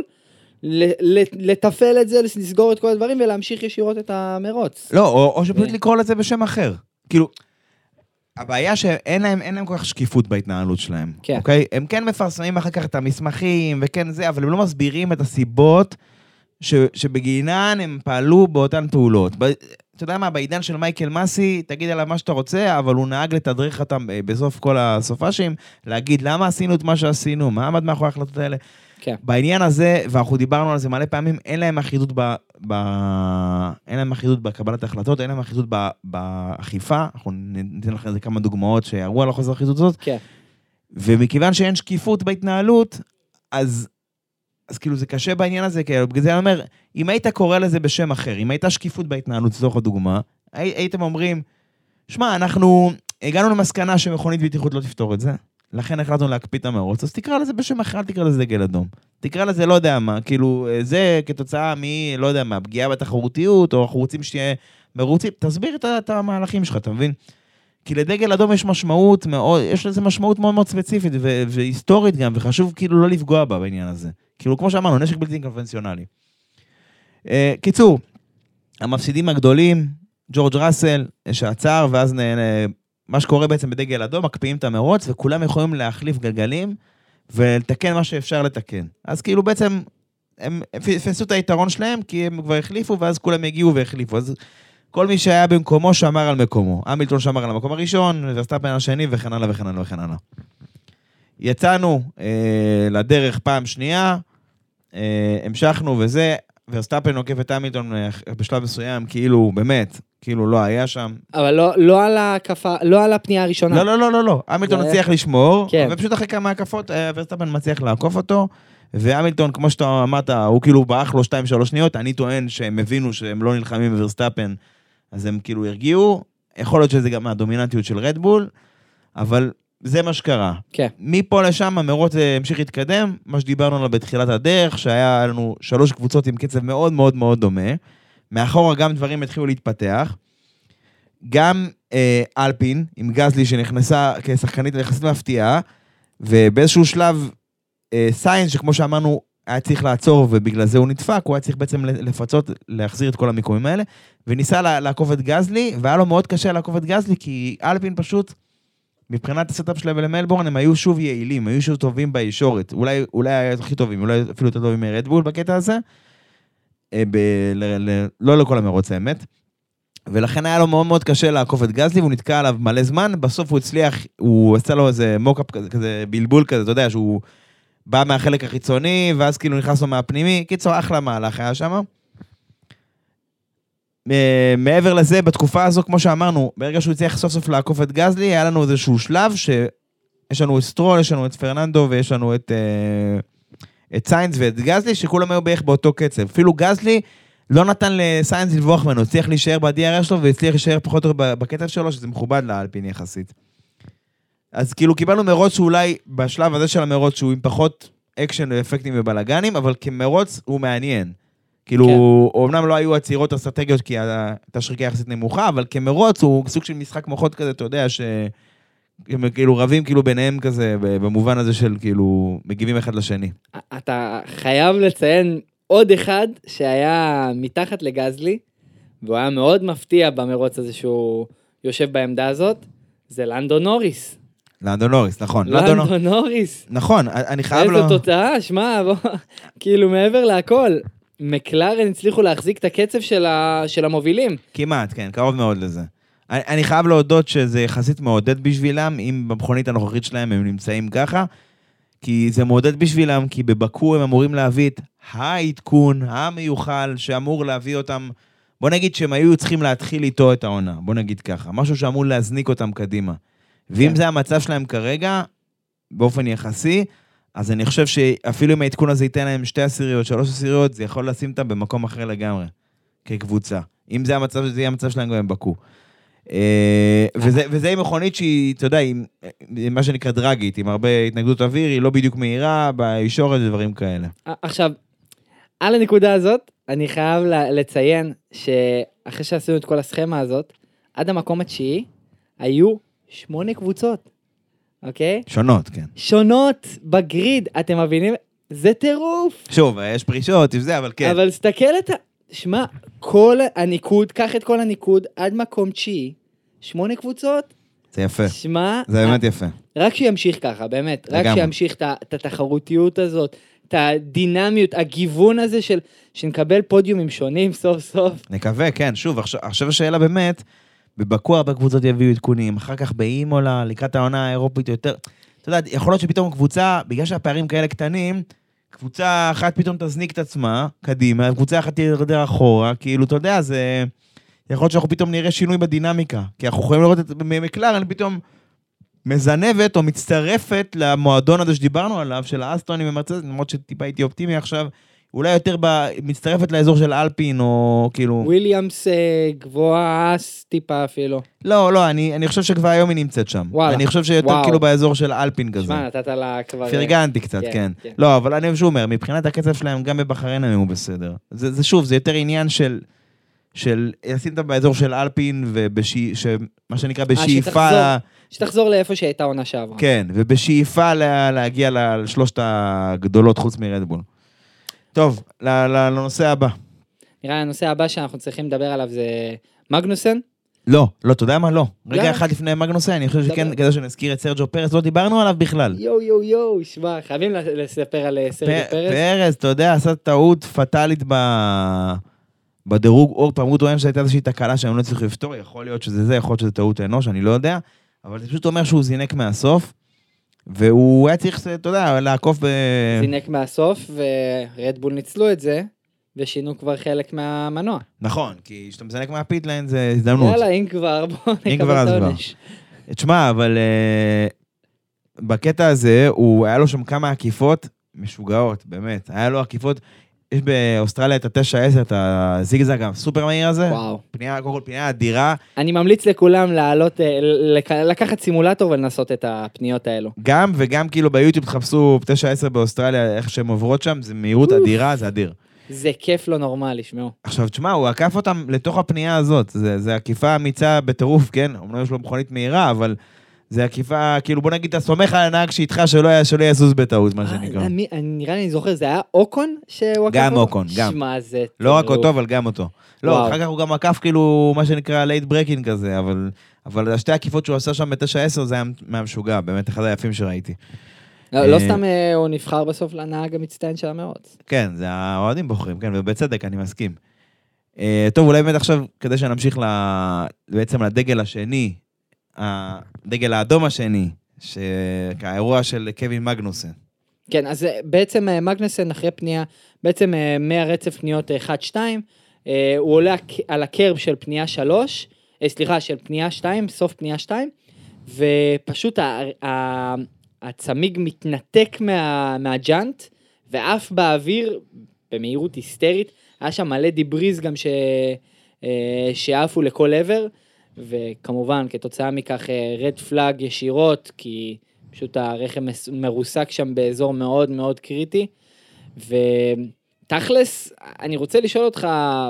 לטפל את זה, לסגור את כל הדברים ולהמשיך ישירות את המרוץ. לא, או, או שפשוט לקרוא לזה בשם אחר. כאילו, הבעיה שאין להם, אין להם כל כך שקיפות בהתנהלות שלהם. כן. אוקיי? הם כן מפרסמים אחר כך את המסמכים וכן זה, אבל הם לא מסבירים את הסיבות ש, שבגינן הם פעלו באותן פעולות. ב, אתה יודע מה, בעידן של מייקל מסי, תגיד עליו מה שאתה רוצה, אבל הוא נהג לתדריך אותם בסוף כל הסופשים, להגיד למה עשינו את מה שעשינו, מה עמד מאחורי ההחלטות האלה. כן. בעניין הזה, ואנחנו דיברנו על זה מלא פעמים, אין להם אחידות ב, ב... אין להם אחידות בקבלת ההחלטות, אין להם אחידות ב... באכיפה, אנחנו ניתן לכם איזה כמה דוגמאות שיראו על החוסר האחידות הזאת, כן. ומכיוון שאין שקיפות בהתנהלות, אז, אז כאילו זה קשה בעניין הזה, כאילו, בגלל זה אני אומר, אם היית קורא לזה בשם אחר, אם הייתה שקיפות בהתנהלות, זו הדוגמה, הי, הייתם אומרים, שמע, אנחנו הגענו למסקנה שמכונית בטיחות לא תפתור את זה, לכן החלטנו להקפיא את המרוץ, אז תקרא לזה בשם אחר, תקרא לזה דגל אדום. תקרא לזה לא יודע מה, כאילו, זה כתוצאה מ, לא יודע מה, פגיעה בתחרותיות, או אנחנו רוצים שתהיה מרוצים, תסביר את, את המהלכים שלך, אתה מבין? כי לדגל אדום יש משמעות מאוד, יש לזה משמעות מאוד מאוד ספציפית, ו- והיסטורית גם, וחשוב כאילו לא לפגוע בה בעניין הזה. כאילו, כמו שאמרנו, נשק בלתי קונבנציונלי. Uh, קיצור, המפסידים הגדולים, ג'ורג' ראסל, שעצר, ואז נ... מה שקורה בעצם בדגל אדום, מקפיאים את המרוץ, וכולם יכולים להחליף גלגלים, ולתקן מה שאפשר לתקן. אז כאילו בעצם, הם פספסו את היתרון שלהם, כי הם כבר החליפו, ואז כולם הגיעו והחליפו. אז כל מי שהיה במקומו שמר על מקומו. המילטון שמר על המקום הראשון, ורסטאפן השני, וכן הלאה וכן הלאה וכן הלאה. יצאנו אה, לדרך פעם שנייה, אה, המשכנו וזה, ורסטאפן עוקף את המילטון בשלב מסוים, כאילו, באמת, כאילו לא היה שם. אבל לא, לא על הקפה, לא על הפנייה הראשונה. לא, לא, לא, לא, לא. המילטון זה... מצליח לשמור, כן. ופשוט אחרי כמה הקפות, ורסטאפן מצליח לעקוף אותו, והמילטון, כמו שאתה אמרת, הוא כאילו ברח לו שתיים שלוש שניות, אני טוען שהם הבינו שהם לא נלחמים בוורסטאפן, אז הם כאילו הרגיעו, יכול להיות שזה גם מהדומיננטיות של רדבול, אבל זה מה שקרה. כן. מפה לשם המרוץ המשיך להתקדם, מה שדיברנו עליו בתחילת הדרך, שהיה לנו שלוש קבוצות עם קצב מאוד מאוד מאוד דומה, מאחורה גם דברים התחילו להתפתח, גם אה, אלפין, עם גזלי שנכנסה כשחקנית יחסית מפתיעה, ובאיזשהו שלב אה, סיינס, שכמו שאמרנו, היה צריך לעצור, ובגלל זה הוא נדפק, הוא היה צריך בעצם לפצות, להחזיר את כל המיקומים האלה, וניסה לעקוף את גזלי, והיה לו מאוד קשה לעקוף את גזלי, כי אלפין פשוט, מבחינת הסטאפ שלהם למלבורן, הם היו שוב יעילים, היו שוב טובים בישורת, אולי, אולי היו הכי טובים, אולי אפילו יותר טובים מרדבול בקטע הזה, ב, ל, ל, לא לכל המרוץ האמת, ולכן היה לו מאוד מאוד קשה לעקוף את גזלי, והוא נתקע עליו מלא זמן, בסוף הוא הצליח, הוא עשה לו איזה מוקאפ כזה, כזה בלבול כזה, אתה יודע, שהוא בא מהחלק החיצוני, ואז כאילו נכנס לו מהפנימי, קיצור, אחלה מהלך היה שם. מעבר לזה, בתקופה הזו, כמו שאמרנו, ברגע שהוא הצליח סוף סוף לעקוף את גזלי, היה לנו איזשהו שלב, שיש לנו את סטרול, יש לנו את פרננדו, ויש לנו את, את סיינס ואת גזלי, שכולם היו בערך באותו קצב. אפילו גזלי, לא נתן לסיינס לבוח ממנו, הצליח להישאר ב-די אר שלו, והצליח להישאר פחות או יותר בקטע שלו, שזה מכובד לאלפין יחסית. אז כאילו קיבלנו מרוץ שאולי בשלב הזה של המרוץ, שהוא עם פחות אקשן ואפקטים ובלגנים, אבל כמרוץ הוא מעניין. כאילו, כן. אומנם לא היו עצירות אסטרטגיות, כי הייתה שריקה יחסית נמוכה, אבל כמרוץ הוא סוג של משחק מוחות כזה, אתה יודע, שהם כאילו רבים כאילו ביניהם כזה, במובן הזה של כאילו מגיבים אחד לשני. אתה חייב לציין עוד אחד שהיה מתחת לגזלי, והוא היה מאוד מפתיע במרוץ הזה שהוא יושב בעמדה הזאת, זה לנדו נוריס. לנדו נוריס, נכון. לנדו נוריס. נכון, אני חייב לו... איזה תוצאה, שמע, כאילו מעבר להכל, מקלרן הצליחו להחזיק את הקצב של המובילים. כמעט, כן, קרוב מאוד לזה. אני חייב להודות שזה יחסית מעודד בשבילם, אם במכונית הנוכחית שלהם הם נמצאים ככה, כי זה מעודד בשבילם, כי בבקו הם אמורים להביא את העדכון המיוחל שאמור להביא אותם, בוא נגיד שהם היו צריכים להתחיל איתו את העונה, בוא נגיד ככה, משהו שאמור להזניק אותם קדימה. ואם כן. זה המצב שלהם כרגע, באופן יחסי, אז אני חושב שאפילו אם העדכון הזה ייתן להם שתי עשיריות, שלוש עשיריות, זה יכול לשים אותם במקום אחר לגמרי, כקבוצה. אם זה המצב, זה יהיה המצב שלהם גם בבקו. וזה, וזה עם מכונית שהיא, אתה יודע, עם, עם מה שנקרא דרגית, עם הרבה התנגדות אוויר, היא לא בדיוק מהירה, בישורת ודברים כאלה. עכשיו, על הנקודה הזאת, אני חייב לציין שאחרי שעשינו את כל הסכמה הזאת, עד המקום התשיעי, היו שמונה קבוצות, אוקיי? שונות, כן. שונות בגריד, אתם מבינים? זה טירוף. שוב, יש פרישות, זה, אבל כן. אבל סתכל את ה... שמע, כל הניקוד, קח את כל הניקוד, עד מקום תשיעי, שמונה קבוצות. זה יפה. שמע... זה באמת יפה. רק שימשיך ככה, באמת. רק שימשיך את התחרותיות הזאת, את הדינמיות, הגיוון הזה של... שנקבל פודיומים שונים סוף סוף. נקווה, כן. שוב, עכשיו השאלה באמת, בבקו הרבה קבוצות יביאו עדכונים, אחר כך באימולה, לקראת העונה האירופית יותר... אתה יודע, יכול להיות שפתאום קבוצה, בגלל שהפערים כאלה קטנים, קבוצה אחת פתאום תזניק את עצמה, קדימה, קבוצה אחת תירדר אחורה, כאילו, אתה יודע, זה... יכול להיות שאנחנו פתאום נראה שינוי בדינמיקה, כי אנחנו יכולים לראות את מקלרן, פתאום מזנבת או מצטרפת למועדון הזה שדיברנו עליו, של האסטונים ומרצדס, למרות שטיפה הייתי אופטימי עכשיו, אולי יותר ב... מצטרפת לאזור של אלפין, או כאילו... וויליאמס גבוהה, טיפה אפילו. לא, לא, אני, אני חושב שכבר היום היא נמצאת שם. וואלה. אני חושב שיותר וואו. כאילו באזור של אלפין כזה. שמע, נתת לה כבר... פרגנתי קצת, כן, כן. כן. לא, אבל אני שוב אומר, מבחינת הקצב שלהם, גם בבחריין הם הוא בסדר. זה, זה שוב, זה יותר עניין של... של... עשית באזור של אלפין, ובשי... ש... מה שנקרא בשאיפה... שתחזור, שתחזור לאיפה שהייתה עונה שעברה. כן, ובשאיפה לה... להגיע לשלושת הגדולות חוץ מרדבול. טוב, לנושא הבא. נראה, הנושא הבא שאנחנו צריכים לדבר עליו זה מגנוסן? לא, לא, אתה יודע מה? לא. רגע אחד לפני מגנוסן, אני חושב שכן, כדי שנזכיר את סרג'ו פרס, לא דיברנו עליו בכלל. יו, יו, יו, שמע, חייבים לספר על סרג'ו פרס. פרס, אתה יודע, עשה טעות פטלית בדירוג, או פעם הוא טוען שהייתה איזושהי תקלה שאני לא צריך לפתור, יכול להיות שזה זה, יכול להיות שזה טעות אנוש, אני לא יודע, אבל זה פשוט אומר שהוא זינק מהסוף, והוא היה צריך, אתה יודע, לעקוף ב... זינק מהסוף, ורדבול ניצלו את זה, ושינו כבר חלק מהמנוע. נכון, כי כשאתה מזנק מהפיטליין זה הזדמנות. יאללה, אם כבר, בוא נקבל את העונש. תשמע, אבל uh, בקטע הזה, הוא היה לו שם כמה עקיפות משוגעות, באמת. היה לו עקיפות, יש באוסטרליה את ה-תשע עשר, את הזיגזג הסופר מהיר הזה. וואו. פנייה, קודם כל פנייה אדירה. אני ממליץ לכולם לעלות, לקחת סימולטור ולנסות את הפניות האלו. גם, וגם כאילו ביוטיוב תחפשו תשע עשר באוסטרליה, איך שהן עוברות שם, זה מהירות אדירה, זה אדיר. זה כיף לא נורמלי, שמעו. עכשיו, תשמע, הוא עקף אותם לתוך הפנייה הזאת, זה, זה עקיפה אמיצה בטירוף, כן? אומנם יש לו מכונית מהירה, אבל זה עקיפה, כאילו בוא נגיד, אתה סומך על הנהג שאיתך שלא יזוז בטעות, מה שנקרא. נראה לי, אני זוכר, זה היה אוקון שהוא עקף? גם אוקון, גם. שמע, זה... לא רק אותו, אבל גם אותו. לא, אחר כך הוא גם עקף כאילו, מה שנקרא, לייט ברקינג כזה, אבל, אבל השתי עקיפות שהוא עשה שם ב-תשע עשר, זה היה מהמשוגע, באמת אחד היפים שראיתי. לא סתם הוא נבחר בסוף לנהג המצטיין של המרוץ. כן, זה האוהדים בוחרים, כן, ובצדק, אני מסכים. טוב, אולי באמת עכשיו, כדי שנמשיך בעצם לדגל השני, הדגל האדום השני, שהאירוע של קווין מגנוסן. כן, אז בעצם מגנוסן אחרי פנייה, בעצם מהרצף פניות אחת שתיים, הוא עולה על הקרב של פנייה שלוש, סליחה, של פנייה שתיים, סוף פנייה שתיים, ופשוט ה... הצמיג מתנתק מה, מהג'אנט, ואף באוויר, במהירות היסטרית, היה שם מלא דיבריז גם ש... שעפו לכל עבר, וכמובן כתוצאה מכך רד פלאג ישירות, כי פשוט הרכב מרוסק שם באזור מאוד מאוד קריטי, ותכלס, אני רוצה לשאול אותך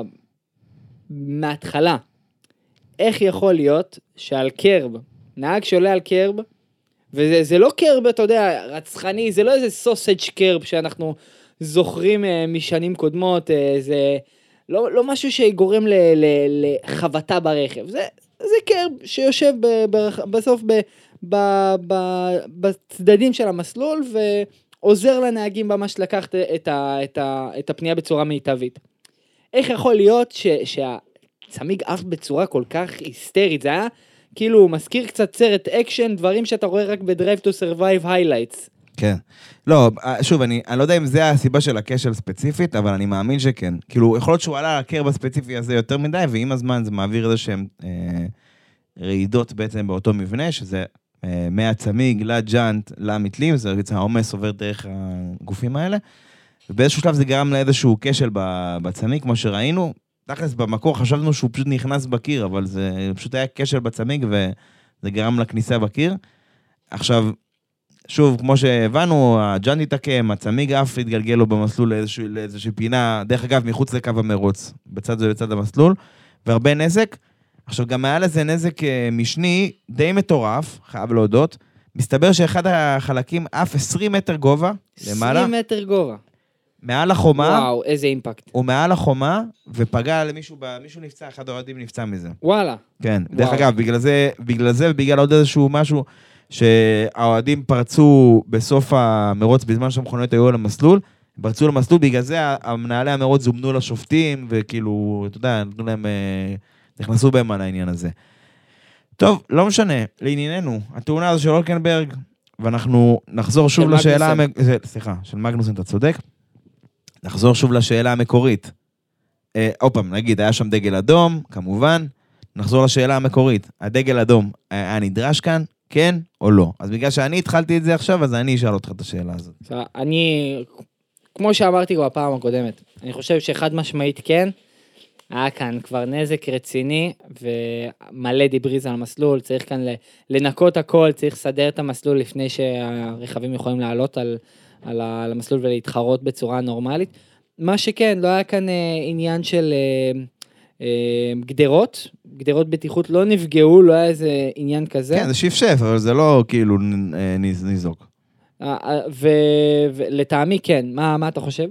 מההתחלה, איך יכול להיות שעל קרב, נהג שעולה על קרב, וזה זה לא קרב, אתה יודע, רצחני, זה לא איזה סוסג' קרב שאנחנו זוכרים משנים קודמות, זה לא, לא משהו שגורם ל, ל, לחבטה ברכב, זה, זה קרב שיושב ב, ב, בסוף ב, ב, ב, בצדדים של המסלול, ועוזר לנהגים ממש לקחת את, ה, את, ה, את הפנייה בצורה מיטבית. איך יכול להיות ש, שהצמיג עף בצורה כל כך היסטרית, זה היה כאילו הוא מזכיר קצת סרט אקשן, דברים שאתה רואה רק ב-Drive to Survive highlights. כן. לא, שוב, אני, אני לא יודע אם זה הסיבה של הכשל ספציפית, אבל אני מאמין שכן. כאילו, יכול להיות שהוא עלה על הקרב הספציפי הזה יותר מדי, ועם הזמן זה מעביר איזה שהם אה, רעידות בעצם באותו מבנה, שזה אה, מהצמיג, לג'אנט, למתלים, זה בעצם העומס עובר דרך הגופים האלה, ובאיזשהו שלב זה גרם לאיזשהו כשל בצמיג, כמו שראינו, תכלס במקור חשבנו שהוא פשוט נכנס בקיר, אבל זה פשוט היה כשל בצמיג, וזה גרם לכניסה בקיר. עכשיו, שוב, כמו שהבנו, הג'אנט התעקם, הצמיג אף התגלגל לו במסלול לאיזושהי, לאיזושהי פינה, דרך אגב, מחוץ לקו המרוץ, בצד זה ובצד המסלול, והרבה נזק. עכשיו, גם היה לזה נזק משני, די מטורף, חייב להודות, מסתבר שאחד החלקים אף עשרים מטר גובה, למעלה. עשרים מטר גובה. מעל החומה. וואו, איזה אימפקט. הוא מעל החומה, ופגע למישהו, מישהו נפצע, אחד האוהדים נפצע מזה. וואלה. כן, דרך אגב, בגלל זה, בגלל זה, ובגלל עוד איזשהו משהו, שהאוהדים פרצו בסוף המרוץ, בזמן שהמכוניות היו על המסלול, פרצו למסלול, בגלל זה המנהלי המרוץ זומנו לשופטים, וכאילו, אתה יודע, נתנו להם, נכנסו בהם על העניין הזה. טוב, לא משנה, לענייננו, התאונה הזו של הולקנברג, ואנחנו נחזור שוב לשאלה, סליחה, של מגנוסן, אתה צודק, נחזור שוב לשאלה המקורית. עוד פעם, נגיד, היה שם דגל אדום, כמובן, נחזור לשאלה המקורית, הדגל אדום היה נדרש כאן, כן או לא? אז בגלל שאני התחלתי את זה עכשיו, אז אני אשאל אותך את השאלה הזאת. אני, כמו שאמרתי כבר בפעם הקודמת, אני חושב שאחד משמעית כן, היה כאן כבר נזק רציני, ומלא דיבריז על המסלול, צריך כאן לנקות הכל, צריך לסדר את המסלול לפני שהרכבים יכולים לעלות על, על המסלול ולהתחרות בצורה נורמלית. מה שכן, לא היה כאן עניין של גדרות, גדרות בטיחות לא נפגעו, לא היה איזה עניין כזה. כן, זה שפשף, אבל זה לא כאילו ניזוק. ולטעמי כן, מה, מה אתה חושב?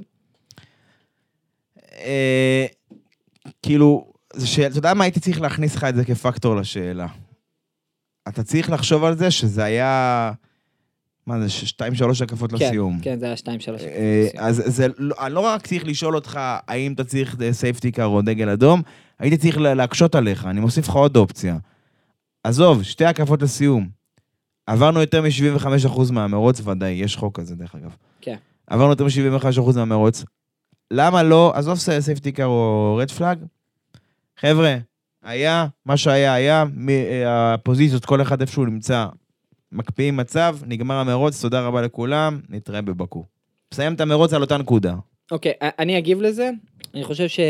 כאילו, אתה יודע מה הייתי צריך להכניס לך את זה כפקטור לשאלה? אתה צריך לחשוב על זה שזה היה, מה זה, שתיים שלוש הקפות לסיום. כן, זה היה שתיים שלוש. אז זה, אני לא רק צריך לשאול אותך, האם אתה צריך סייפטי קאר או דגל אדום, הייתי צריך להקשות עליך, אני מוסיף לך עוד אופציה. עזוב, שתי הקפות לסיום. עברנו יותר מ-שבעים וחמישה אחוז מהמרוץ, ודאי, יש חוק כזה דרך אגב. כן. עברנו יותר מ-שבעים וחמישה אחוז מהמרוץ. למה לא, עזוב סייפטי קאר או רד פלאג? חבר'ה, היה, מה שהיה היה, הפוזיציות, כל אחד איפשהו נמצא, מקפיאים מצב, נגמר המרוץ, תודה רבה לכולם, נתראה בבקו. מסיים את המרוץ על אותה נקודה. אוקיי, אני אגיב לזה, אני חושב ש...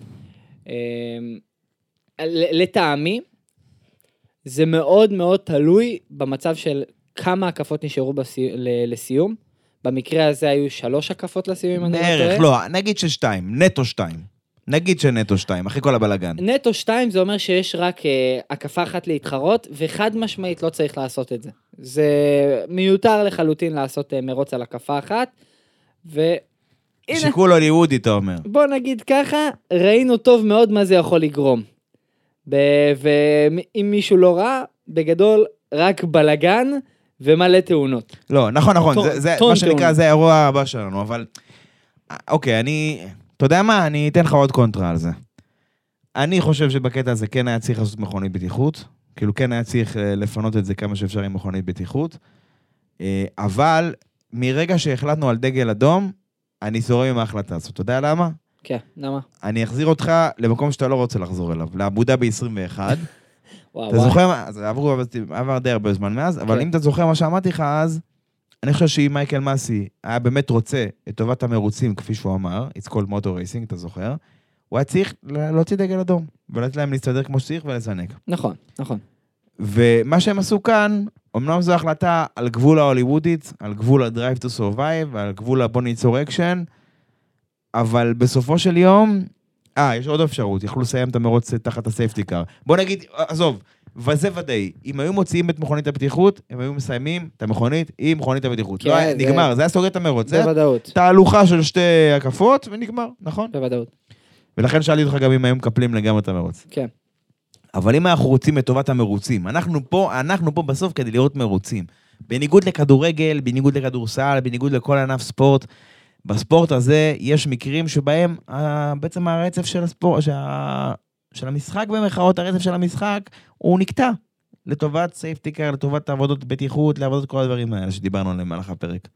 לטעמי, זה מאוד מאוד תלוי במצב של כמה הקפות נשארו לסיום, במקרה הזה היו שלוש הקפות לסיום. בערך, לא, נגיד ששתיים, נטו שתיים. נגיד שנטו שתיים, אחרי כל הבלגן. נטו שתיים זה אומר שיש רק הקפה אחת להתחרות, וחד משמעית לא צריך לעשות את זה. זה מיותר לחלוטין לעשות מרוץ על הקפה אחת, ו... שיקול הוליוודי, אתה אומר. בוא נגיד ככה, ראינו טוב מאוד מה זה יכול לגרום. ואם מישהו לא ראה, בגדול רק בלגן ומלא תאונות. לא, נכון, נכון, זה מה שנקרא, זה האירוע הבא שלנו, אבל... אוקיי, אני... אתה יודע מה? אני אתן לך עוד קונטרה על זה. אני חושב שבקטע הזה כן היה צריך לעשות מכונית בטיחות, כאילו כן היה צריך לפנות את זה כמה שאפשר עם מכונית בטיחות, אבל מרגע שהחלטנו על דגל אדום, אני זורם עם ההחלטה הזאת. אתה יודע למה? כן, למה? אני אחזיר אותך למקום שאתה לא רוצה לחזור אליו, לאבו דאבי עשרים ואחת. וואו, אתה זוכר מה? אז עברו, עבר די הרבה זמן מאז, אבל אם אתה זוכר מה שאמרתי לך אז, אני חושב שאם מייקל מסי היה באמת רוצה את טובת המרוצים, כפי שהוא אמר, it's called motor racing, אתה זוכר, הוא היה צריך להוציא דגל אדום, ולתת להם להסתדר כמו שצריך ולזנק. נכון, נכון. ומה שהם עשו כאן, אמנם זו החלטה על גבול ההוליוודית, על גבול ה-drive to survive, על גבול הבוא ניצור אקשן, אבל בסופו של יום, אה, יש עוד אפשרות, יכלו לסיים את המרוץ תחת הסייפטי קאר. בוא נגיד, עזוב, וזה ודאי, אם היו מוציאים את מכונית הבטיחות, הם היו מסיימים את המכונית עם מכונית הבטיחות. כן, לא, זה... נגמר, זה היה סוגר את המרוץ. זה בוודאות. תהלוכה של שתי הקפות, ונגמר, נכון? בוודאות. ולכן שאלתי אותך גם אם היו מקפלים לגמרי את המרוץ. כן. אבל אם אנחנו רוצים את טובת המרוצים, אנחנו פה, אנחנו פה בסוף כדי לראות מרוצים. בניגוד לכדורגל, בניגוד לכדורסל, בניגוד לכל ענף ספורט, בספורט הזה יש מקרים שבהם בעצם הרצף של הספורט, שה... של המשחק במחאות, הרצף של המשחק, הוא נקטע לטובת סייפטיקר, לטובת עבודות בטיחות, לעבודות כל הדברים האלה שדיברנו עליהם במהלך הפרק.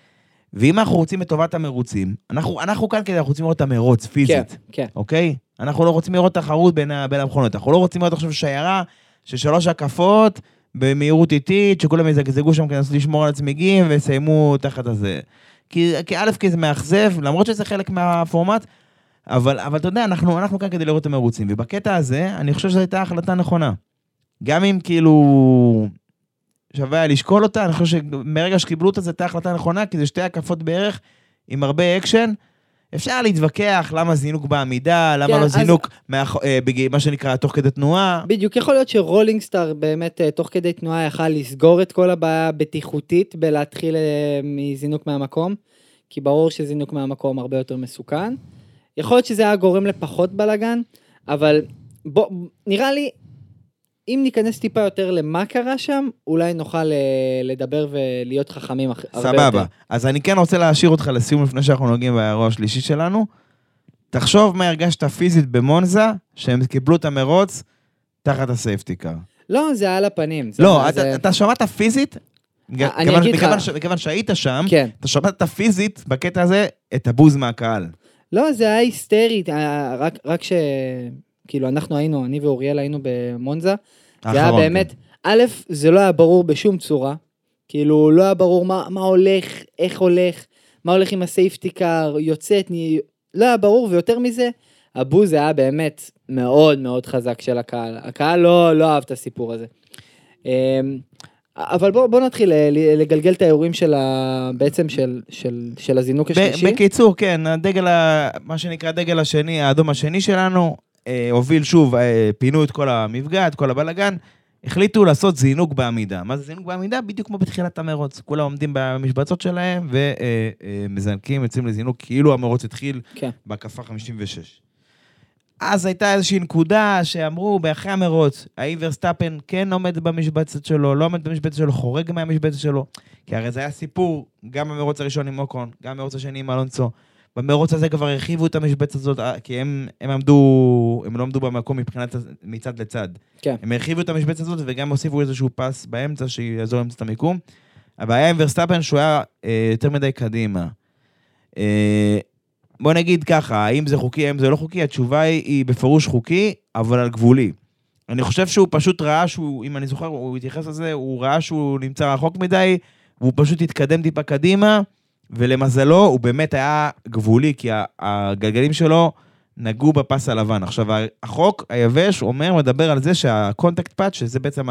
ואם אנחנו רוצים את טובת המרוצים, אנחנו, אנחנו כאן כדי אנחנו רוצים לראות את המרוץ פיזית, כן, כן. אוקיי? אנחנו לא רוצים לראות תחרות בין, בין המכונות, אנחנו לא רוצים לראות עכשיו שיירה של שלוש הקפות במהירות איטית, שכולם יזגזגו שם כדי לשמור על הצמיגים וסיימו תחת הזה. כי, כי א', כי זה מאכזב, למרות שזה חלק מהפורמט, אבל, אבל אתה יודע, אנחנו, אנחנו כאן כדי לראות את המרוצים, ובקטע הזה, אני חושב שזו הייתה החלטה נכונה. גם אם כאילו שווה היה לשקול אותה, אני חושב שמרגע שקיבלו אותה, זו הייתה החלטה נכונה, כי זה שתי הקפות בערך, עם הרבה אקשן, אפשר להתווכח למה זינוק בעמידה, למה כן, לא אז... זינוק, מאח... בג... מה שנקרא, תוך כדי תנועה. בדיוק, יכול להיות שרולינג סטאר באמת, תוך כדי תנועה, יכל לסגור את כל הבעיה הבטיחותית, בלהתחיל מזינוק מהמקום, כי ברור שזינוק מהמקום הרבה יותר מסוכן. יכול להיות שזה היה גורם לפחות בלגן, אבל בוא, נראה לי, אם ניכנס טיפה יותר למה קרה שם, אולי נוכל לדבר ולהיות חכמים הרבה יותר. סבבה. אז אני כן רוצה להשאיר אותך לסיום לפני שאנחנו נוגעים באירוע השלישי שלנו. תחשוב מה הרגשת פיזית במונזה, שהם קיבלו את המרוץ תחת הסייפטי קאר. לא, זה היה על הפנים. לא, אתה שמעת פיזית? אני אגיד לך. מכיוון שהיית שם, כן. אתה שמעת פיזית בקטע הזה את הבוז מהקהל. לא, זה היה היסטרי, רק, רק ש... כאילו, אנחנו היינו, אני ואוריאל היינו במונזה, זה היה באמת, א', זה לא היה ברור בשום צורה, כאילו, לא היה ברור מה, מה הולך, איך הולך, מה הולך עם הסייפטי קאר, יוצאת, לא היה ברור, ויותר מזה, הבוז היה באמת מאוד מאוד חזק של הקהל, הקהל לא, לא אהב את הסיפור הזה. אבל בוא, בוא נתחיל לגלגל את האירועים של ה... בעצם של, של, של הזינוק השלישי. בקיצור, כן, הדגל, מה שנקרא הדגל השני, האדום השני שלנו, אה, הוביל שוב, אה, פינו את כל המפגע, את כל הבלגן, החליטו לעשות זינוק בעמידה. מה זה זינוק בעמידה? בדיוק כמו בתחילת המרוץ. כולם עומדים במשבצות שלהם, ומזנקים, אה, אה, יוצאים לזינוק, כאילו המרוץ התחיל כן. בהקפה חמישים ושש. אז הייתה איזושהי נקודה שאמרו, באחרי המרוץ, האם ורסטאפן כן עומד במשבצת שלו, לא עומד במשבצת שלו, חורג מהמשבצת שלו, כי הרי זה היה סיפור, גם במרוץ הראשון עם אוקון, גם במרוץ השני עם אלונסו, במרוץ הזה כבר הרחיבו את המשבצת הזאת, כי הם, הם עמדו, הם לא עמדו במקום מבחינת מצד לצד. כן. הם הרחיבו את המשבצת הזאת, וגם הוסיפו איזשהו פס באמצע, שיעזור למצוא את המיקום. הבעיה עם ורסטאפן, שהוא היה אה, יותר מדי קדימה. אה, בוא נגיד ככה, האם זה חוקי, האם זה לא חוקי, התשובה היא בפירוש חוקי, אבל על גבולי. אני חושב שהוא פשוט ראה שהוא, אם אני זוכר, הוא התייחס לזה, הוא ראה שהוא נמצא רחוק מדי, והוא פשוט התקדם טיפה קדימה, ולמזלו הוא באמת היה גבולי, כי הגלגלים שלו נגעו בפס הלבן. עכשיו, החוק היבש אומר, מדבר על זה שהקונטקט פאץ', שזה בעצם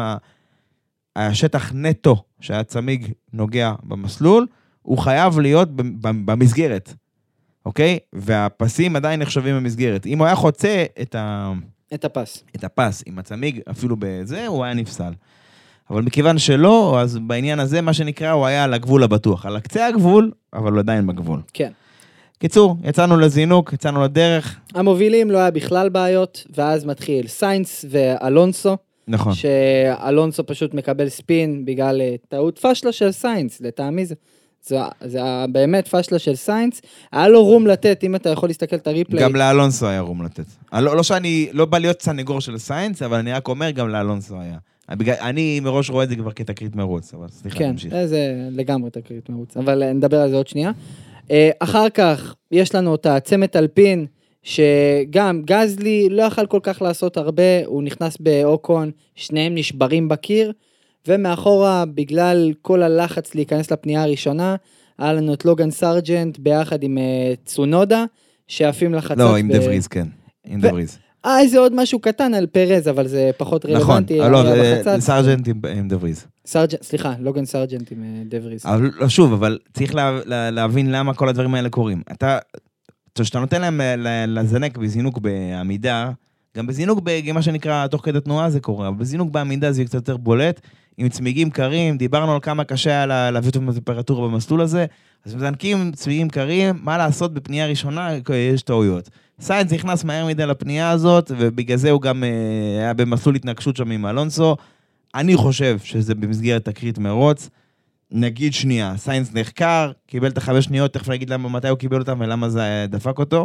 השטח נטו שהצמיג נוגע במסלול, הוא חייב להיות במסגרת. אוקיי? והפסים עדיין נחשבים במסגרת. אם הוא היה חוצה את ה... את הפס. את הפס, עם הצמיג, אפילו בזה, הוא היה נפסל. אבל מכיוון שלא, אז בעניין הזה, מה שנקרא, הוא היה על הגבול הבטוח. על הקצה הגבול, אבל הוא עדיין בגבול. כן. קיצור, יצאנו לזינוק, יצאנו לדרך. המובילים לא היה בכלל בעיות, ואז מתחיל סיינס ואלונסו. נכון. שאלונסו פשוט מקבל ספין בגלל טעות פשלה של סיינס, לטעמי זה. זה, זה באמת פשלה של סיינס, היה לו רום לתת, אם אתה יכול להסתכל את הריפלי. גם לאלונסו היה רום לתת. לא, לא שאני, לא בא להיות סנגור של סיינס, אבל אני רק אומר, גם לאלונסו היה. אני מראש רואה את זה כבר כתקרית מרוץ, אבל סליחה, כן, נמשיך. כן, זה לגמרי תקרית מרוץ, אבל נדבר על זה עוד שנייה. אחר כך, יש לנו את הצמת אלפין, שגם גזלי לא יכל כל כך לעשות הרבה, הוא נכנס באוקון, שניהם נשברים בקיר, ומאחורה, בגלל כל הלחץ להיכנס לפנייה הראשונה, היה לנו את לוגן סארג'נט ביחד עם uh, צונודה, שעפים לחצת. לא, עם ב... דבריז, כן. עם ו... דבריז. אה, איזה עוד משהו קטן על פרז, אבל זה פחות רלוונטי. נכון, לא, סארג'נט עם, עם דבריז. סארג'נט, סליחה, לוגן סארג'נט עם uh, דבריז. אבל, לא, שוב, אבל צריך לה, לה, להבין למה כל הדברים האלה קורים. אתה, כשאתה נותן להם לזנק בזינוק בעמידה, גם בזינוק, במה שנקרא, תוך כדי תנועה זה קורה, אבל בזינוק בעמידה זה קצת יותר בולט, עם צמיגים קרים, דיברנו על כמה קשה היה להביא את הטמפרטורה במסלול הזה, אז מזנקים צמיגים קרים, מה לעשות בפנייה ראשונה, יש טעויות. סיינס נכנס מהר מדי לפנייה הזאת, ובגלל זה הוא גם היה במסלול התנגשות שם עם אלונסו, אני חושב שזה במסגרת תקרית מרוץ, נגיד שנייה, סיינס נחקר, קיבל את החמש שניות, תכף נגיד למה, מתי הוא קיבל אותם ולמה זה דפק אותו,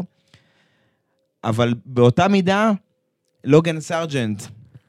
אבל באותה מידה, לוגן סארג'נט,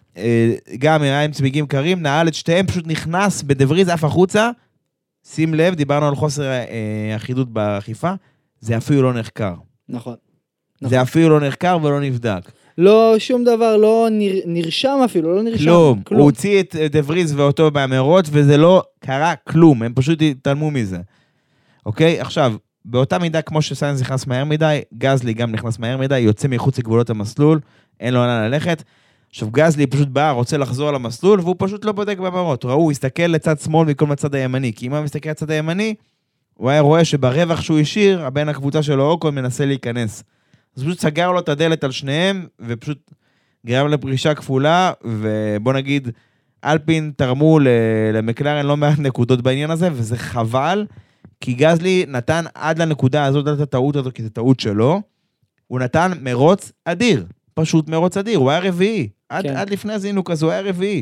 גם היה עם צמיגים קרים, נעל את שתיהם, פשוט נכנס בדבריז אף החוצה, שים לב, דיברנו על חוסר אחידות באכיפה, זה אפילו לא נחקר. נכון. זה אפילו לא נחקר ולא נבדק. לא, שום דבר לא נרשם אפילו, לא נרשם. כלום, הוא הוציא את דבריז ואותו במרוץ, וזה לא קרה כלום, הם פשוט התעלמו מזה. אוקיי? עכשיו, באותה מידה, כמו שסיינס נכנס מהר מדי, גזלי גם נכנס מהר מדי, יוצא מחוץ לגבולות המסלול, אין לו לאן ללכת. עכשיו, גזלי פשוט בא, רוצה לחזור למסלול, והוא פשוט לא בודק במראות. ראו, הוא הסתכל לצד שמאל מכל מצד הימני, כי אם הוא מסתכל לצד הימני, הוא היה רואה שברווח שהוא השאיר, הבן הקבוצה שלו אוקון מנסה להיכנס. אז פשוט סגר לו את הדלת על שניהם, ופשוט גרם לפרישה כפולה, ובוא נגיד, אלפין תרמו למקלרן לא מעט נקודות בעניין הזה, וזה חבל, כי גזלי נתן עד לנקודה הזאת, עד הטעות הזאת, כי זה טעות שלו, הוא נתן מרוץ אדיר, פשוט מרוץ אדיר, הוא היה רביעי, עד, כן. עד לפני הזינוק אז הוא היה רביעי.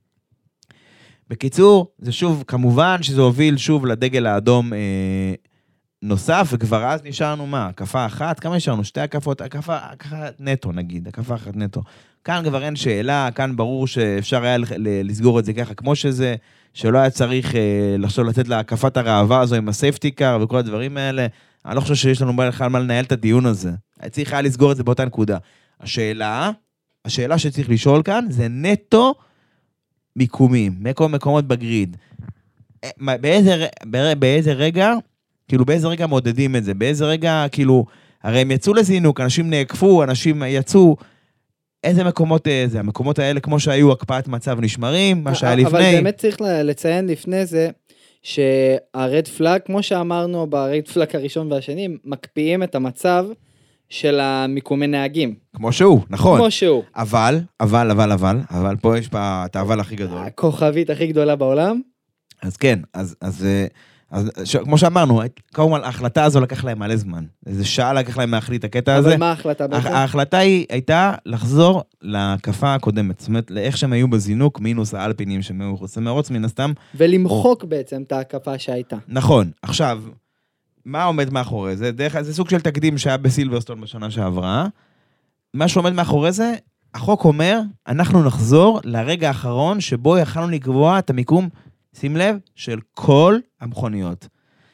בקיצור, זה שוב, כמובן שזה הוביל שוב לדגל האדום אה, נוסף, וכבר אז נשארנו מה? הקפה אחת? כמה נשארנו? שתי הקפות, הקפה, הקפה נטו נגיד, הקפה אחת נטו. כאן כבר אין שאלה, כאן ברור שאפשר היה לסגור את זה ככה כמו שזה, שלא היה צריך אה, לחשוב לתת להקפת הרעבה הזו עם הסייפטיקר וכל הדברים האלה. אני לא חושב שיש לנו בכלל מה לנהל את הדיון הזה. צריך היה לסגור את זה באותה נקודה. השאלה, השאלה שצריך לשאול כאן, זה נטו מיקומים, מקום מקומות בגריד. באיזה, באיזה רגע, כאילו באיזה רגע מודדים את זה, באיזה רגע, כאילו, הרי הם יצאו לזינוק, אנשים נעקפו, אנשים יצאו, איזה מקומות זה? המקומות האלה, כמו שהיו הקפאת מצב נשמרים, מה שהיה לפני. אבל באמת צריך לציין לפני זה, שהרד פלאג, כמו שאמרנו ברד פלאג הראשון והשני, מקפיאים את המצב של המיקומי נהגים. כמו שהוא, נכון. כמו שהוא. אבל, אבל, אבל, אבל, אבל פה יש פה את האבל הכי גדול. הכוכבית הכי גדולה בעולם. אז כן, אז, אז, אז ש, כמו שאמרנו, כמובן, ההחלטה הזו לקח להם מלא זמן. איזה שעה לקח להם להחליט הקטע הזה. אבל מה ההחלטה בעצם? ההחלטה היא הייתה לחזור להקפה הקודמת, זאת אומרת, לאיך שהם היו בזינוק, מינוס האלפינים שהם היו חוסם מרוץ מן הסתם. ולמחוק או... בעצם את ההקפה שהייתה. נכון, עכשיו, מה עומד מאחורי זה? דרך, זה סוג של תקדים שהיה בסילברסטון בשנה שעברה. מה שעומד מאחורי זה, החוק אומר, אנחנו נחזור לרגע האחרון שבו יכלנו לקבוע את המיקום, שים לב, של כל המכוניות.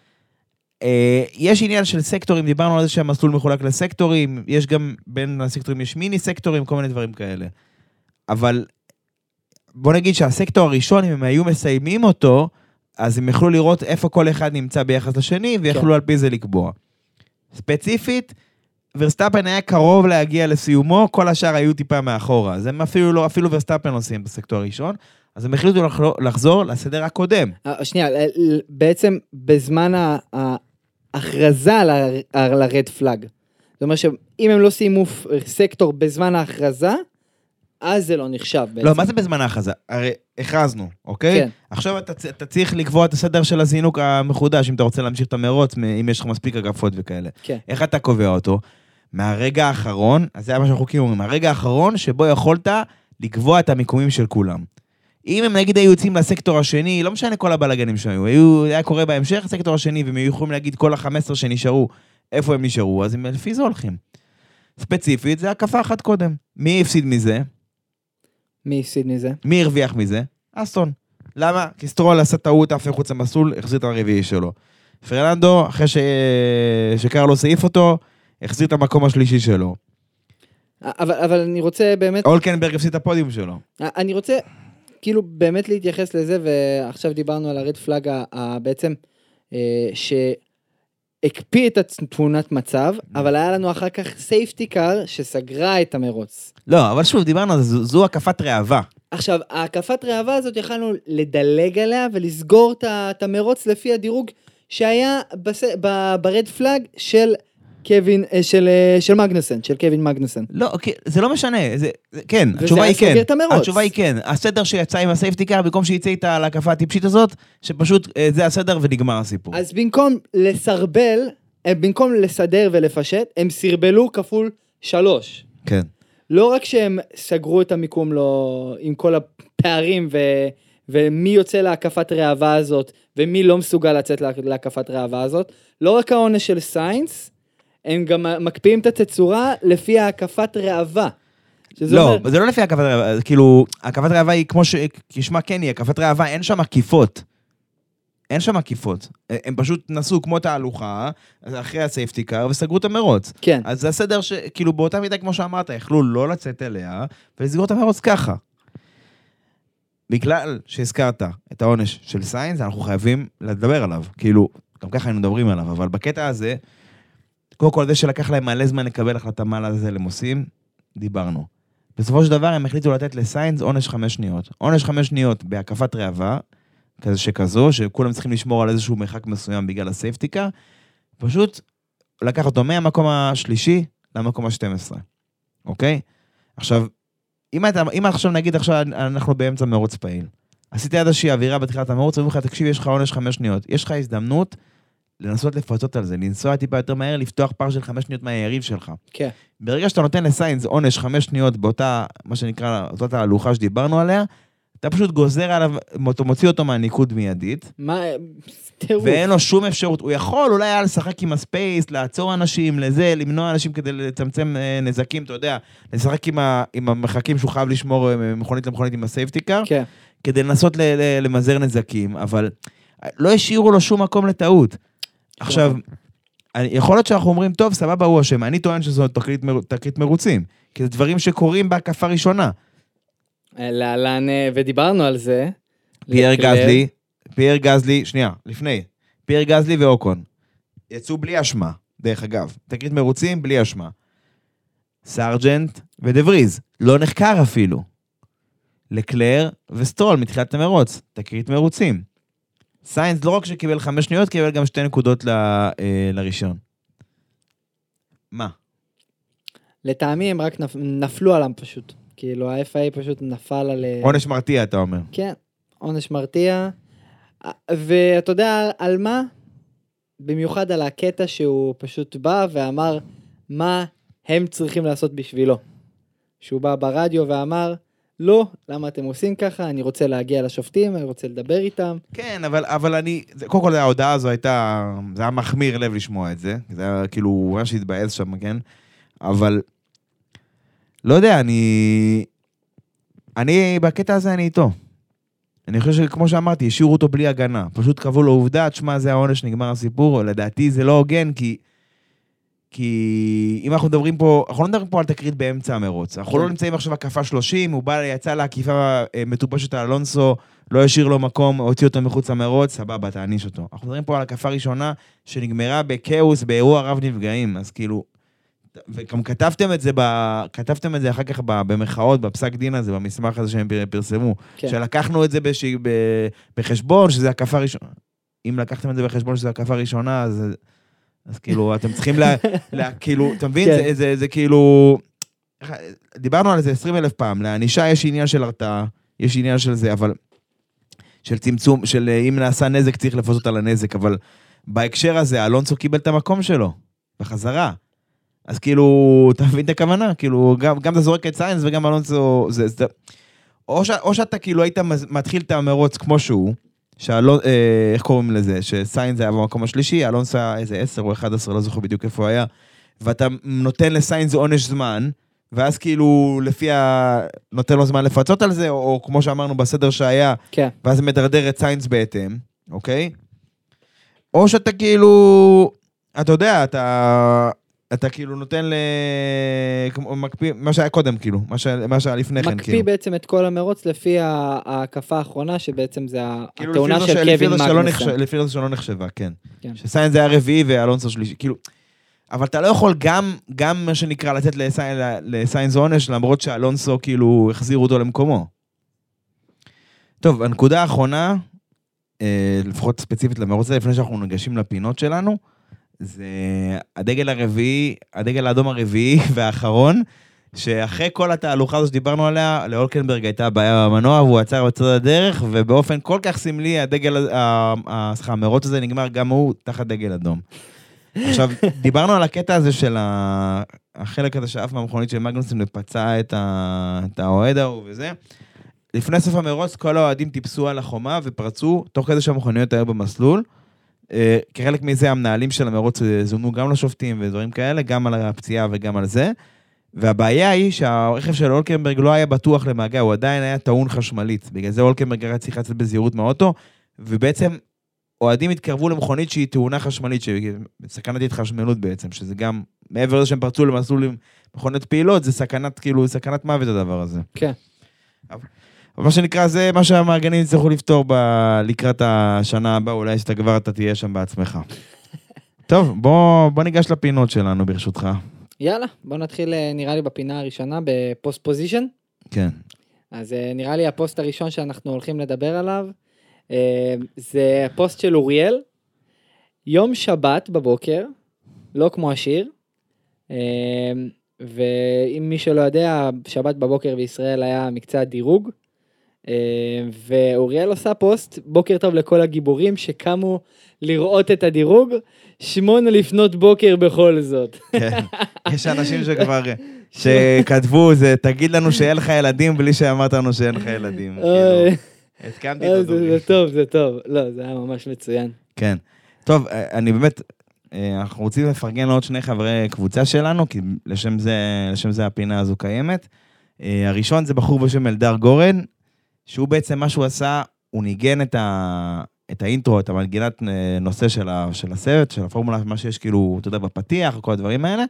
יש עניין של סקטורים, דיברנו על זה שהמסלול מחולק לסקטורים, יש גם בין הסקטורים, יש מיני סקטורים, כל מיני דברים כאלה. אבל בוא נגיד שהסקטור הראשון, אם הם היו מסיימים אותו, אז הם יכלו לראות איפה כל אחד נמצא ביחס לשני, ויכלו כן. על פי זה לקבוע. ספציפית, ורסטאפן היה קרוב להגיע לסיומו, כל השאר היו טיפה מאחורה. אז הם אפילו לא, אפילו ורסטאפן עושים בסקטור הראשון, אז הם החליטו לחזור לסדר הקודם. שנייה, בעצם בזמן ההכרזה על הרד פלאג, זאת אומרת שאם הם לא סיימו סקטור בזמן ההכרזה, אז זה לא נחשב בעצם. לא, מה זה בזמן ההכרזה? הרי הכרזנו, אוקיי? כן. עכשיו אתה, אתה צריך לקבוע את הסדר של הזינוק המחודש, אם אתה רוצה להמשיך את המרוץ, אם יש לך מספיק אגפות וכאלה. כן. איך אתה קובע אותו? מהרגע האחרון, אז זה היה מה שהחוקים אומרים, מהרגע האחרון שבו יכולת לקבוע את המיקומים של כולם. אם הם נגיד היו יוצאים לסקטור השני, לא משנה כל הבלגנים שהיו, היו, היה קורה בהמשך הסקטור השני, והם היו יכולים להגיד כל ה-חמש עשרה שנשארו, איפה הם נשארו, אז הם לפי זה הולכים. ספציפית, זה הקפה אחת קודם. מי הפסיד מזה? מי הפסיד מזה? מי הרוויח מזה? אסטון. למה? כי סטרול עשה טעות, אף חוץ המסלול, החזיר את הרביעי שלו. פרננדו, אחרי ש... שקרלוס העיף אותו, החזיר את המקום השלישי שלו. אבל, אבל אני רוצה באמת... אולקנברג הפסיד את הפודיום שלו. אני רוצה... כאילו באמת להתייחס לזה, ועכשיו דיברנו על הרד פלאג בעצם, שהקפיא את התמונת מצב, אבל היה לנו אחר כך סייפטי קאר שסגרה את המרוץ. לא, אבל שוב, דיברנו על זה, זו הקפת ראווה. עכשיו, ההקפת ראווה הזאת יכלנו לדלג עליה ולסגור את המרוץ לפי הדירוג שהיה ברד פלאג של קווין, של, של מגנוסן, של קווין מגנוסן. לא, זה לא משנה, זה, כן, התשובה היא כן. התשובה היא כן. הסדר שיצא עם הסייפטי קאר, במקום שיצא איתה על הקפה הטיפשית הזאת, שפשוט זה הסדר ונגמר הסיפור. אז במקום לסרבל, במקום לסדר ולפשט, הם סרבלו כפול שלוש. כן. לא רק שהם סגרו את המיקום לו, עם כל הפערים ו, ומי יוצא להקפת ראווה הזאת, ומי לא מסוגל לצאת להקפת ראווה הזאת, לא רק העונש של סיינס, הם גם מקפיאים את התצורה לפי ההקפת ראווה. לא, אומר... זה לא לפי הקפת ראווה, כאילו, הקפת ראווה היא כמו שכשמה כן היא, הקפת ראווה אין שם עקיפות. אין שם עקיפות. הם פשוט נסו כמו תהלוכה, אחרי הסייפטי קאר, וסגרו את המרוץ. כן. אז זה הסדר שכאילו באותה מידה כמו שאמרת, יכלו לא לצאת אליה, ולסגור את המרוץ ככה. בגלל שהזכרת את העונש של סיינס, אנחנו חייבים לדבר עליו. כאילו, גם ככה היינו מדברים עליו, אבל בקטע הזה, קודם כל זה שלקח להם מלא זמן לקבל החלטה מה לזה הם עושים, דיברנו. בסופו של דבר הם החליטו לתת לסיינס עונש חמש שניות. עונש חמש שניות בהקפת ראווה, כזה שכזו, שכולם צריכים לשמור על איזשהו מרחק מסוים בגלל הסייפטיקה, פשוט לקח אותו מהמקום השלישי למקום ה-שתים עשרה. אוקיי? עכשיו, אם אתה, אם עכשיו נגיד עכשיו אנחנו באמצע מרוץ פעיל, עשיתי עד איזושהי אווירה בתחילת המרוץ, ואומרים לך, תקשיב, יש לך עונש חמש שניות. יש לך הזדמנות לנסות לפצות על זה, לנסוע טיפה יותר מהר, לפתוח פער של חמש שניות מהיריב שלך. כן. ברגע שאתה נותן לסיינס עונש חמש שניות באותה, מה שנקרא, אותה תהלוכה שדיברנו עליה, אתה פשוט גוזר עליו, מוציא אותו מהניקוד מיידית. מה, תראו. ואין לו שום אפשרות. הוא יכול אולי היה לשחק עם הספייס, לעצור אנשים לזה, למנוע אנשים כדי לצמצם נזקים, אתה יודע, לשחק עם, ה, עם המרחקים שהוא חייב לשמור מכונית למכונית עם הסייפטי קאר, כן. כדי לנסות ל, ל, למזער נזקים, אבל לא השאירו לו שום מקום לטעות. עכשיו, יכול להיות שאנחנו אומרים, טוב, סבבה, הוא אשם. אני טוען שזו תקרית, תקרית מרוצים, כי זה דברים שקורים בהקפה ראשונה. לאן, ודיברנו על זה. פייר גזלי, פייר גזלי, שנייה, לפני, פייר גזלי ואוקון, יצאו בלי אשמה, דרך אגב, תקרית מרוצים בלי אשמה. סארג'נט ודבריז, לא נחקר אפילו. לקלר וסטרול מתחילת המרוץ, תקרית מרוצים. סיינס לא רק שקיבל חמש שניות, קיבל גם שתי נקודות ל, אה, לראשון. מה? לטעמי הם רק נפ... נפלו עליהם פשוט. כאילו, ה-אף איי פשוט נפל על... עונש מרתיע, אתה אומר. כן, עונש מרתיע. ואתה יודע על מה? במיוחד על הקטע שהוא פשוט בא ואמר מה הם צריכים לעשות בשבילו. שהוא בא ברדיו ואמר, לא, למה אתם עושים ככה? אני רוצה להגיע לשופטים, אני רוצה לדבר איתם. כן, אבל, אבל אני... קודם כל, ההודעה הזו הייתה... זה היה מחמיר לב לשמוע את זה. זה היה כאילו... הוא היה שהתבאס שם, כן? אבל... לא יודע, אני... אני, בקטע הזה אני איתו. אני חושב שכמו שאמרתי, השאירו אותו בלי הגנה. פשוט קבעו לו עובדה, תשמע, זה העונש, נגמר הסיפור. לדעתי זה לא הוגן, כי... כי אם אנחנו מדברים פה, אנחנו לא מדברים פה על תקרית באמצע המרוץ. אנחנו לא נמצאים עכשיו הקפה שלושים, הוא בא, יצא לעקיפה מטופשת על אלונסו, לא השאיר לו מקום, הוציא אותו מחוץ למרוץ, סבבה, תעניש אותו. אנחנו מדברים פה על הקפה ראשונה, שנגמרה בקאוס, באירוע רב נפגעים, אז כאילו... וגם כתבתם את זה, ב... כתבתם את זה אחר כך במחאות, בפסק דין הזה, במסמך הזה שהם פרסמו, כן. שלקחנו את זה בש... ב... בחשבון, שזה הקפה ראשונה. אם לקחתם את זה בחשבון שזה הקפה ראשונה, אז, אז כאילו, אתם צריכים לה... לה... כאילו, אתה מבין? כן. זה, זה, זה כאילו... דיברנו על זה עשרים אלף פעם, לאנישה יש עניין של הרתעה, יש עניין של זה, אבל... של צמצום, של אם נעשה נזק, צריך לפסות על הנזק, אבל בהקשר הזה, אלונסו קיבל את המקום שלו, בחזרה. אז כאילו, אתה מבין את הכוונה? כאילו, גם, גם אתה זורק את סיינס וגם אלונסו, זה, זה, או, ש, או שאתה כאילו היית מתחיל את המרוץ כמו שהוא, שאלון, אה, איך קוראים לזה? שסיינס היה במקום השלישי, אלונסו היה איזה עשר או אחד עשר, לא זוכר בדיוק איפה היה, ואתה נותן לסיינס עונש זמן, ואז כאילו, לפי ה... נותן לו זמן לפצות על זה, או, או כמו שאמרנו בסדר שהיה, כן. ואז מדרדר את סיינס בהתאם, אוקיי? או שאתה כאילו, אתה יודע, אתה... אתה כאילו נותן ל... כמו מקפיא, מה שהיה קודם כאילו, מה שהיה, מה שהיה לפני כן כאילו. מקפיא בעצם את כל המרוץ לפי ההקפה האחרונה, שבעצם זה כאילו התאונה של לפי קווין זה שלא מגנוסן. לפי זה שלא נחשבה, כן. כן. שסיינס זה היה רביעי ואלונסו שלישי, כאילו... אבל אתה לא יכול גם, גם מה שנקרא לתת לסיינס עונש, למרות שאלונסו כאילו החזירו אותו למקומו. טוב, הנקודה האחרונה, לפחות ספציפית למרוץ הזה, לפני שאנחנו ניגשים לפינות שלנו, זה הדגל הרביעי, הדגל האדום הרביעי והאחרון, שאחרי כל התהלוכה הזו שדיברנו עליה, לאולקנברג הייתה בעיה במנוע, והוא עצר בצד הדרך, ובאופן כל כך סמלי, הדגל, המרוץ הזה נגמר גם הוא תחת דגל אדום. עכשיו, דיברנו על הקטע הזה של החלק הזה שאף מהמכונית של מגנוסן ופצע את האוהד ההוא וזה. לפני סוף המרוץ, כל האוהדים טיפסו על החומה ופרצו, תוך כדי שהמכוניות היו במסלול. כחלק מזה, המנהלים של המרוץ זומנו גם לשופטים ודברים כאלה, גם על הפציעה וגם על זה. והבעיה היא שהרכב של אולקנברג לא היה בטוח למעגה, הוא עדיין היה טעון חשמלית. בגלל זה אולקנברג היה צריך לצאת בזהירות מהאוטו, ובעצם אוהדים התקרבו למכונית שהיא טעונה חשמלית, סכנת התחשמלות בעצם, שזה גם, מעבר לזה שהם פרצו למסלול עם מכוניות פעילות, זה סכנת, כאילו, סכנת מוות הדבר הזה. כן. אבל מה שנקרא, זה מה שהמארגנים יצטרכו לפתור ב- לקראת השנה הבאה, אולי שאתה כבר אתה תהיה שם בעצמך. טוב, בוא, בוא ניגש לפינות שלנו ברשותך. יאללה, בוא נתחיל נראה לי בפינה הראשונה, בפוסט פוזישן. כן. אז נראה לי הפוסט הראשון שאנחנו הולכים לדבר עליו, זה הפוסט של אוריאל, יום שבת בבוקר, לא כמו השיר, ואם מי שלא יודע, שבת בבוקר בישראל היה מקצוע דירוג, ואוריאל עושה פוסט, בוקר טוב לכל הגיבורים שקמו לראות את הדירוג, שמונה לפנות בוקר בכל זאת. כן, יש אנשים שכבר, שכתבו, זה תגיד לנו שאין לך ילדים, בלי שאמרת לנו שאין לך ילדים. התקמתי את הדורי. זה טוב, זה טוב. לא, זה היה ממש מצוין. כן. טוב, אני באמת, אנחנו רוצים לפרגן לעוד שני חברי קבוצה שלנו, כי לשם זה, לשם זה הפינה הזו קיימת. הראשון זה בחור בשם אלדר גורן, שהוא בעצם מה שהוא עשה, הוא ניגן את, ה, את האינטרו, את המנגינת נושא של, ה, של הסרט, של הפורמולה, מה שיש כאילו, אתה יודע, בפתיח, כל הדברים האלה,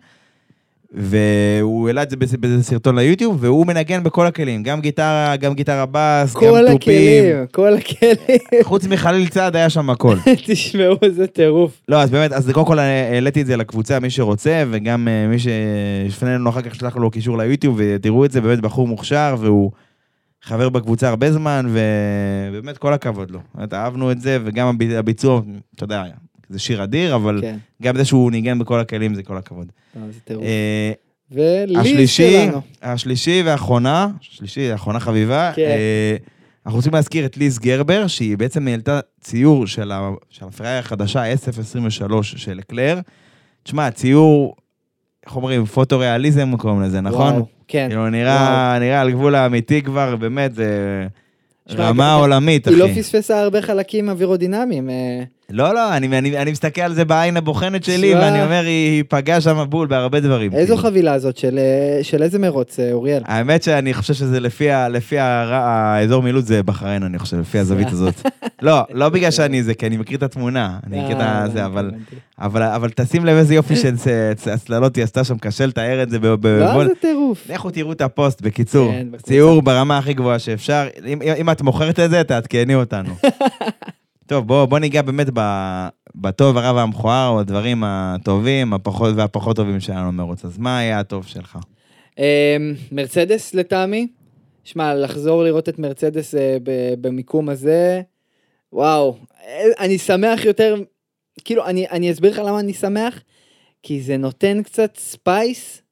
והוא העלה את זה באיזה סרטון ליוטיוב, והוא מנגן בכל הכלים, גם גיטרה, גם גיטרה בס, גם כל טופים. הכלים, כל הכלים. חוץ מחליל צעד היה שם הכל. תשמעו, איזה טירוף. לא, אז באמת, אז קודם כל העליתי את זה לקבוצה, מי שרוצה, וגם מי שיפנה לנו אחר כך שלח לו קישור ליוטיוב, ותראו את זה, באמת בחור מוכשר, והוא חבר בקבוצה הרבה זמן, ובאמת כל הכבוד לו. באמת, אהבנו את זה, וגם הביצוע, אתה יודע, זה שיר אדיר, אבל כן. גם זה שהוא ניגן בכל הכלים, זה כל הכבוד. זה טירוף. אה, וליז השלישי, שלנו. השלישי והאחרונה, השלישי, האחרונה חביבה, כן. אה, אנחנו רוצים להזכיר את ליז גרבר, שהיא בעצם העלתה ציור של, ה, של הפראי החדשה, אס אף עשרים ושלוש של אקלר. תשמע, ציור, איך אומרים, פוטו-ריאליזם קוראים לזה, נכון? וואו, כן. כאילו, נראה, נראה על גבול האמיתי כבר, באמת, זה שמה, רמה עולמית, אחי. היא לא פספסה הרבה חלקים אווירודינמיים. לא, לא, אני, אני, אני מסתכל על זה בעין הבוחנת שלי, שמה. ואני אומר, היא פגעה שם בול בהרבה דברים. איזו כאילו. חבילה הזאת של, של איזה מרוץ, אוריאל? האמת שאני חושב שזה לפי, ה- לפי ה- האזור מילוט זה בחריין, אני חושב, לפי הזווית הזאת. לא, לא בגלל שאני זה, כי אני מכיר את התמונה, אני מכיר את זה, אבל, אבל, אבל תשים לב איזה יופי שהצללות היא עשתה שם, קשה לתאר את זה. לא, זה טירוף. לכו תראו את הפוסט, בקיצור, כן, בקבוצה. ציור ברמה הכי גבוהה שאפשר, אם, אם את מוכרת את זה, תעדכני אותנו. טוב, בוא, בוא ניגע באמת בטוב, הרע והמכוער, או הדברים הטובים, הפחות והפחות טובים שלנו מרוץ. אז מה היה הטוב שלך? מרצדס לטעמי, שמע, לחזור לראות את מרצדס במיקום הזה, וואו, אני שמח יותר, כאילו, אני, אני אסביר לך למה אני שמח, כי זה נותן קצת ספייס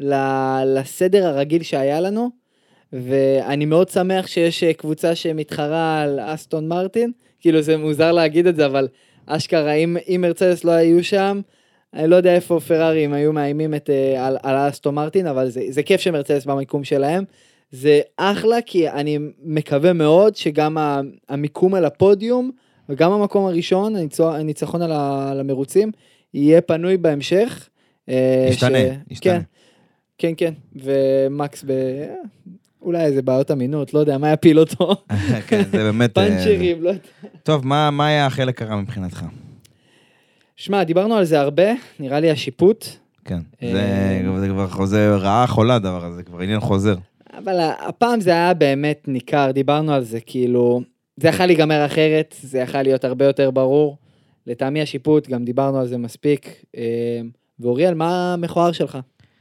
לסדר הרגיל שהיה לנו, ואני מאוד שמח שיש קבוצה שמתחרה על אסטון מרטין, כאילו זה מוזר להגיד את זה, אבל אשכרה, אם, אם מרצדס לא היו שם, אני לא יודע איפה פרארי, אם היו מאיימים את, על, על אסטון מרטין, אבל זה, זה כיף שמרצדס במיקום שלהם, זה אחלה, כי אני מקווה מאוד שגם המיקום על הפודיום, וגם המקום הראשון, הניצחון על המרוצים, יהיה פנוי בהמשך. ישתנה, ש... ישתנה. כן, כן, כן, ומקס ב... אולי איזה בעיות אמינות, לא יודע, מה יפיל אותו? כן, זה באמת... פאנצ'רים, לא יודע. טוב, מה, מה היה החלק הרע מבחינתך? שמע, דיברנו על זה הרבה, נראה לי השיפוט. כן. זה כבר חוזר, רעה חולה דבר הזה, כבר עניין חוזר. אבל הפעם זה היה באמת ניכר, דיברנו על זה, כאילו, זה יכול להיגמר אחרת, זה יכול להיות הרבה יותר ברור. לטעמי השיפוט, גם דיברנו על זה מספיק. ואוריאל, מה המכוער שלך?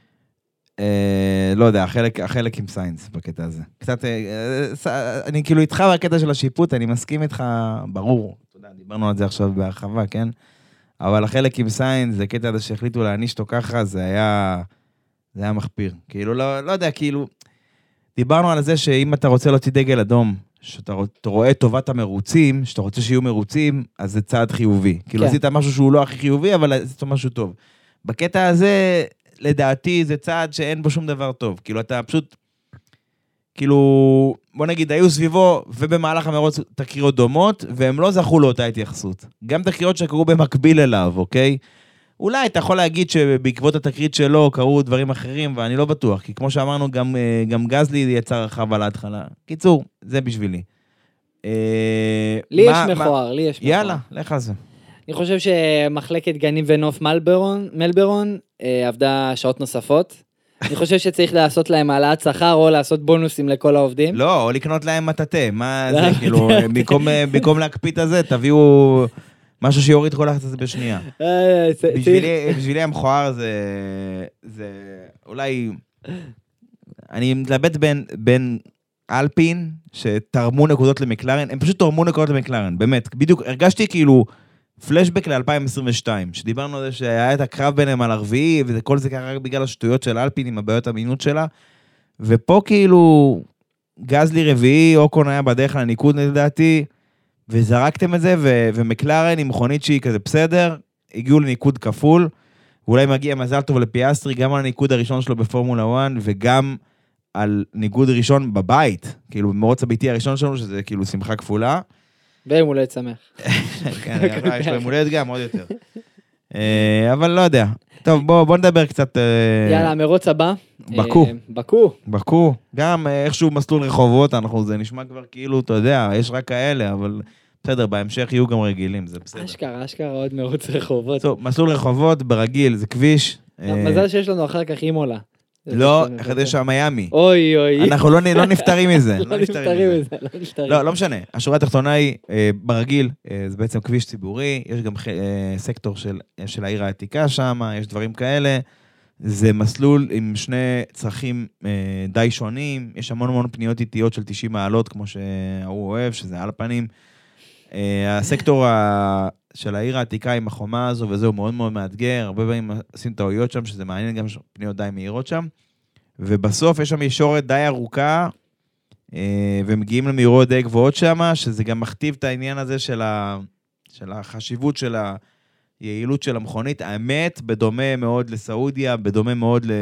לא יודע, החלק עם סיינס בקטע הזה. קצת, אני כאילו איתך בקטע של השיפוט, אני מסכים איתך, ברור. אתה יודע, דיברנו על זה עכשיו בהרחבה, כן? אבל החלק עם סיינס, זה קטע הזה שהחליטו להעניש אותו ככה, זה היה, זה היה מחפיר. כאילו, לא, לא יודע, כאילו, דיברנו על זה שאם אתה רוצה להוציא דגל אדום, שאתה רואה טובת המרוצים, שאתה רוצה שיהיו מרוצים, אז זה צעד חיובי. כאילו, עשית משהו שהוא לא הכי חיובי, אבל עשית משהו טוב. בקטע הזה, לדעתי, זה צעד שאין בו שום דבר טוב. כאילו, אתה פשוט, כאילו, בוא נגיד, היו סביבו, ובמהלך המרוץ תקריות דומות, והם לא זכו לאותה התייחסות. גם תקריות שקרו במקביל אליו, אוקיי? אולי אתה יכול להגיד שבעקבות התקרית שלו קרו דברים אחרים, ואני לא בטוח, כי כמו שאמרנו, גם, גם גזלי יצא רחב על ההתחלה. קיצור, זה בשבילי. לי יש מכוער, לי יש מכוער. יאללה, לך על זה. אני חושב שמחלקת גנים ונוף מלברון, מלברון עבדה שעות נוספות. אני חושב שצריך לעשות להם העלאת שכר, או לעשות בונוסים לכל העובדים. לא, או לקנות להם מטאטה. מה זה, כאילו, במקום להקפיט הזה, תביאו משהו שיוריד כל הלחץ הזה בשנייה. בשבילי המכוער זה, אולי, אני מתלבט בין אלפין, שתרמו נקודות למקלרן, הם פשוט תרמו נקודות למקלרן, באמת. בדיוק, הרגשתי כאילו, פלשבק ל-אלפיים עשרים ושתיים, שדיברנו על זה שהיה את הקרב ביניהם על הרביעי, וכל זה קרה רק בגלל השטויות של אלפין, עם הבעיות אמינות שלה, ופה כאילו, גזלי רביעי, אוקון היה בדרך לניקוד לדעתי, וזרקתם את זה, ו- ומקלרן עם מכונית שהיא כזה בסדר, הגיעו לניקוד כפול, ואולי מגיע מזל טוב לפיאסטרי, גם על הניקוד הראשון שלו בפורמולה אחת, וגם על ניקוד ראשון בבית, כאילו במרוץ הביתי הראשון שלנו, שזה כאילו שמחה כפולה, ביום הולדת שמח. כן, יש ביום הולדת גם, עוד יותר. אבל לא יודע. טוב, בוא נדבר קצת... יאללה, המרוץ הבא. בקו. בקו. בקו. גם איכשהו מסלול רחובות, אנחנו, זה נשמע כבר כאילו, אתה יודע, יש רק כאלה, אבל בסדר, בהמשך יהיו גם רגילים, זה בסדר. אשכרה, אשכרה עוד מרוץ רחובות. טוב, מסלול רחובות, ברגיל, זה כביש. מזל שיש לנו אחר כך אימולה. לא, אחד יש שם מיאמי. אוי אוי. אנחנו לא נפטרים מזה. לא נפטרים מזה, לא נפטרים. לא, לא משנה. השורה התחתונה היא, ברגיל, זה בעצם כביש ציבורי, יש גם סקטור של העיר העתיקה שם, יש דברים כאלה. זה מסלול עם שני צרכים די שונים, יש המון המון פניות איטיות של תשעים מעלות, כמו שהוא אוהב, שזה על הפנים. הסקטור של העיר העתיקה עם החומה הזו, וזהו מאוד מאוד מאתגר, הרבה פעמים עושים טעויות שם, שזה מעניין גם פניות די מהירות שם, ובסוף יש שם ישורת די ארוכה, ומגיעים למהירות די גבוהות שם, שזה גם מכתיב את העניין הזה של, ה... של החשיבות של היעילות של המכונית, האמת, בדומה מאוד לסעודיה, בדומה מאוד ל...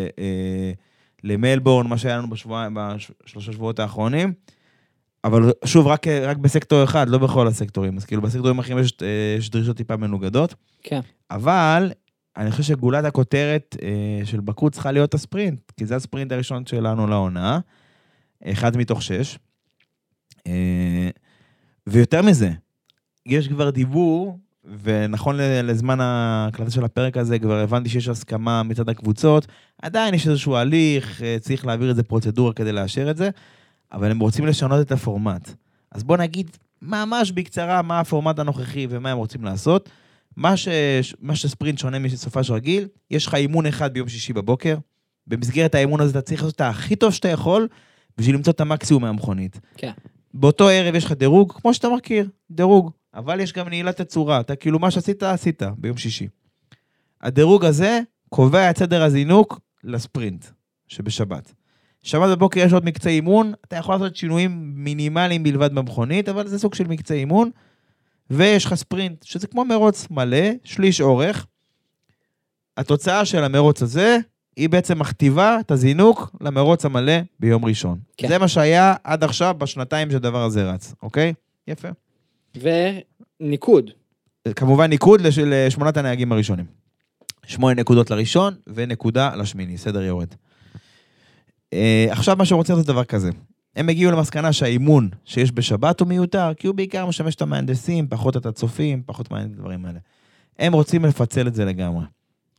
למלבורן, מה שהיה לנו בשבוע... בשלושה שבועות האחרונים, אבל שוב, רק, רק בסקטור אחד, לא בכל הסקטורים. אז כאילו, בסקטורים אחרים יש, יש דרישות טיפה מנוגדות. כן. אבל, אני חושב שגולת הכותרת אה, של בקו צריכה להיות הספרינט, כי זה הספרינט הראשון שלנו לעונה, אחד מתוך שש. אה, ויותר מזה, יש כבר דיבור, ונכון לזמן ההקלטה של הפרק הזה, כבר הבנתי שיש הסכמה מצד הקבוצות, עדיין יש איזשהו הליך, צריך להעביר את זה פרוצדורה כדי לאשר את זה, אבל הם רוצים לשנות את הפורמט. אז בוא נגיד ממש בקצרה מה הפורמט הנוכחי ומה הם רוצים לעשות. מה, ש... מה שספרינט שונה מסופש רגיל, יש לך אימון אחד ביום שישי בבוקר, במסגרת האימון הזה אתה צריך לעשות את הכי טוב שאתה יכול, בשביל למצוא את המקסימום מהמכונית. כן. באותו ערב יש לך דירוג, כמו שאתה מכיר, דירוג, אבל יש גם נעילת הצורה, אתה כאילו מה שעשית, עשית ביום שישי. הדירוג הזה קובע את סדר הזינוק לספרינט, שבשבת. שבת בבוקר יש עוד מקצה אימון, אתה יכול לעשות שינויים מינימליים בלבד במכונית, אבל זה סוג של מקצה אימון, ויש לך ספרינט, שזה כמו מרוץ מלא, שליש אורך. התוצאה של המרוץ הזה, היא בעצם מכתיבה את הזינוק למרוץ המלא ביום ראשון. כן. זה מה שהיה עד עכשיו בשנתיים שהדבר הזה רץ, אוקיי? יפה. וניקוד. כמובן ניקוד לשמונת הנהגים הראשונים. שמונה נקודות לראשון, ונקודה לשמיני, סדר יורד. עכשיו מה שרוצים לעשות דבר כזה, הם הגיעו למסקנה שהאימון שיש בשבת הוא מיותר, כי הוא בעיקר משמש את המהנדסים, פחות את הצופים, פחות מעניין את הדברים האלה. הם רוצים לפצל את זה לגמרי.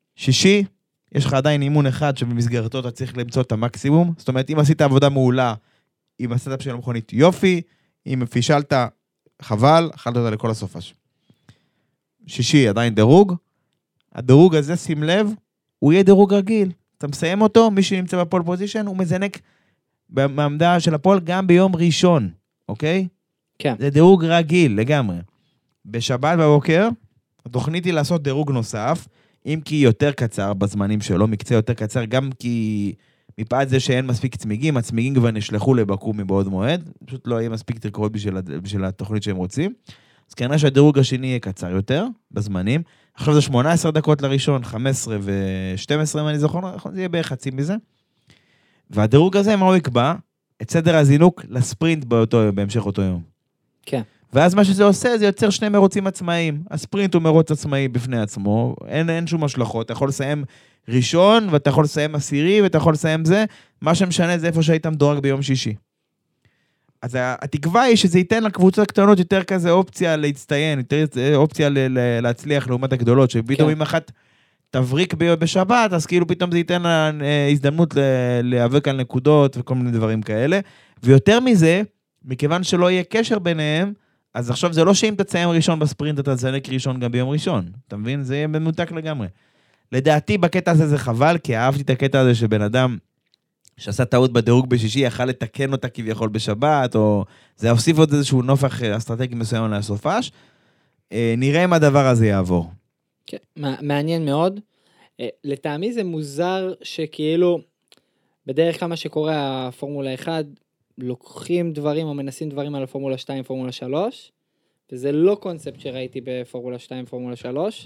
שישי, יש לך עדיין אימון אחד שבמסגרתו אתה צריך למצוא את המקסימום, זאת אומרת, אם עשית עבודה מעולה עם הסטאפ של המכונית, יופי, אם פישלת, חבל, אכלת אותה לכל הסופש. שישי, עדיין דירוג, הדירוג הזה, שים לב, הוא יהיה דירוג רגיל, אתה מסיים אותו, מי שנמצא בפול פוזישן, הוא מזנק בעמדה של הפול גם ביום ראשון, אוקיי? כן. זה דירוג רגיל, לגמרי. בשבת בבוקר, התוכנית היא לעשות דירוג נוסף, אם כי יותר קצר בזמנים שלו, מקצה יותר קצר, גם כי מפעד זה שאין מספיק צמיגים, הצמיגים כבר נשלחו לבקו מבעוד מועד, פשוט לא יהיה מספיק תרכובות בשביל, בשביל התוכנית שהם רוצים. אז כנראה שהדירוג השני יהיה קצר יותר, בזמנים. עכשיו זה שמונה עשרה דקות לראשון, חמש עשרה ו-שתים עשרה, אם אני זוכר, זה יהיה בערך חצי מזה. והדירוג הזה, מה הוא יקבע? את סדר הזינוק לספרינט באותו, בהמשך אותו יום. כן. ואז מה שזה עושה, זה יוצר שני מרוצים עצמאיים. הספרינט הוא מרוץ עצמאי בפני עצמו, אין, אין שום השלכות, אתה יכול לסיים ראשון, ואתה יכול לסיים עשירי, ואתה יכול לסיים זה, מה שמשנה זה איפה שהיית מדורג ביום שישי. אז התקווה היא שזה ייתן לקבוצות הקטנות יותר כזה אופציה להצטיין, יותר אופציה ל- ל- להצליח לעומת הגדולות, שפתאום כן. אם אחת תבריק ב- בשבת, אז כאילו פתאום זה ייתן לה הזדמנות ל- להיאבק על נקודות וכל מיני דברים כאלה. ויותר מזה, מכיוון שלא יהיה קשר ביניהם, אז עכשיו זה לא שאם תצאים ראשון בספרינט, אתה תזנק ראשון גם ביום ראשון. אתה מבין? זה יהיה במנותק לגמרי. לדעתי בקטע הזה זה חבל, כי אהבתי את הקטע הזה שבן אדם שעשה טעות בדירוג בשישי, יכל לתקן אותה כביכול בשבת, או זה הוסיף עוד איזשהו נופח אסטרטגי מסוים לסופש. נראה אם הדבר הזה יעבור. כן, מעניין מאוד. לטעמי זה מוזר שכאילו, בדרך כלל מה שקורה הפורמולה אחת, לוקחים דברים או מנסים דברים על הפורמולה שתיים, פורמולה שלוש, וזה לא קונספט שראיתי בפורמולה שתיים, פורמולה שלוש.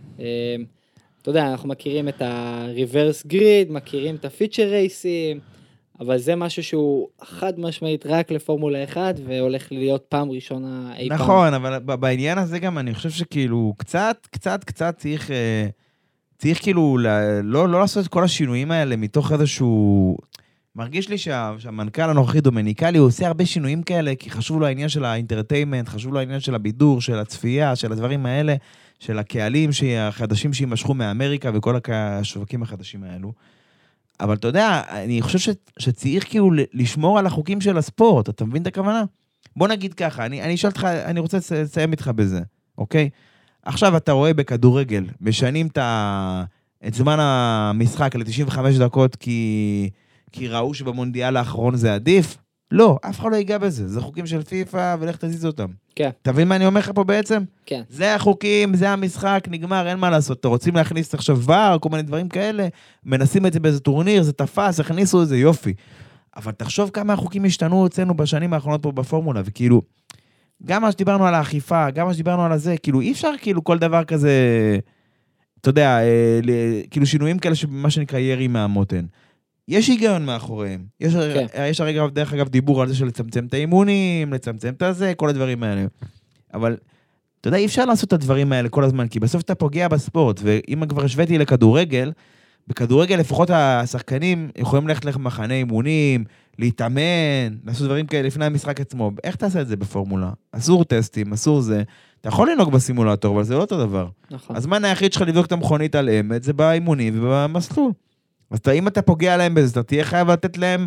אתה יודע, אנחנו מכירים את ה-reverse grid, מכירים את ה-feature racing, אבל זה משהו שהוא חד משמעית רק לפורמולה אחת, והולך להיות פעם ראשונה אי פעם. נכון, אבל בעניין הזה גם אני חושב שכאילו קצת, קצת, קצת צריך, צריך כאילו לא, לא לעשות את כל השינויים האלה מתוך איזשהו... מרגיש לי שה, שהמנכ"ל הנוכחי דומיניקלי, הוא עושה הרבה שינויים כאלה, כי חשוב לו העניין של האינטרטיימנט, חשוב לו העניין של הבידור, של הצפייה, של הדברים האלה, של הקהלים החדשים שימשכו מאמריקה וכל השווקים החדשים האלו. אבל אתה יודע, אני חושב ש, שצריך כאילו לשמור על החוקים של הספורט, אתה מבין את הכוונה? בוא נגיד ככה, אני, אני אשאל אותך, אני רוצה לסיים איתך בזה, אוקיי? עכשיו אתה רואה בכדורגל, משנים את, ה, את זמן המשחק ל-תשעים וחמש דקות, כי... כי ראו שבמונדיאל האחרון זה עדיף? לא, אף אחד לא ייגע בזה. זה חוקים של פיפה, ולך תזיז אותם. כן. תבין מה אני אומר לך פה בעצם? כן. זה החוקים, זה המשחק, נגמר, אין מה לעשות. אתם רוצים להכניס עכשיו ור, כל מיני דברים כאלה, מנסים את זה באיזה טורניר, זה תפס, הכניסו איזה יופי. אבל תחשוב כמה החוקים השתנו אצלנו בשנים האחרונות פה בפורמולה, וכאילו, גם מה שדיברנו על האכיפה, גם מה שדיברנו על הזה, כאילו, אי אפשר כאילו כל דבר כזה, אתה יודע, כאילו שינויים כאלה שמה שנקרא ירי מהמותן. יש היגיון מאחוריהם. יש, כן. יש הרגע, דרך אגב, דיבור על זה של לצמצם את האימונים, לצמצם את הזה, כל הדברים האלה. אבל, אתה יודע, אי אפשר לעשות את הדברים האלה כל הזמן, כי בסוף אתה פוגע בספורט, ואם כבר השוויתי לכדורגל, בכדורגל לפחות השחקנים יכולים ללכת למחנה אימונים, להתאמן, לעשות דברים כאלה לפני המשחק עצמו. איך תעשה את זה בפורמולה? אסור טסטים, אסור זה. אתה יכול לנהוג בסימולטור, אבל זה לא אותו דבר. נכון. הזמן היחיד שלך לבדוק את המכונית על אמת, זה באימונים ובמסלול. אז אם אתה פוגע להם בזה, אתה תהיה חייב לתת להם,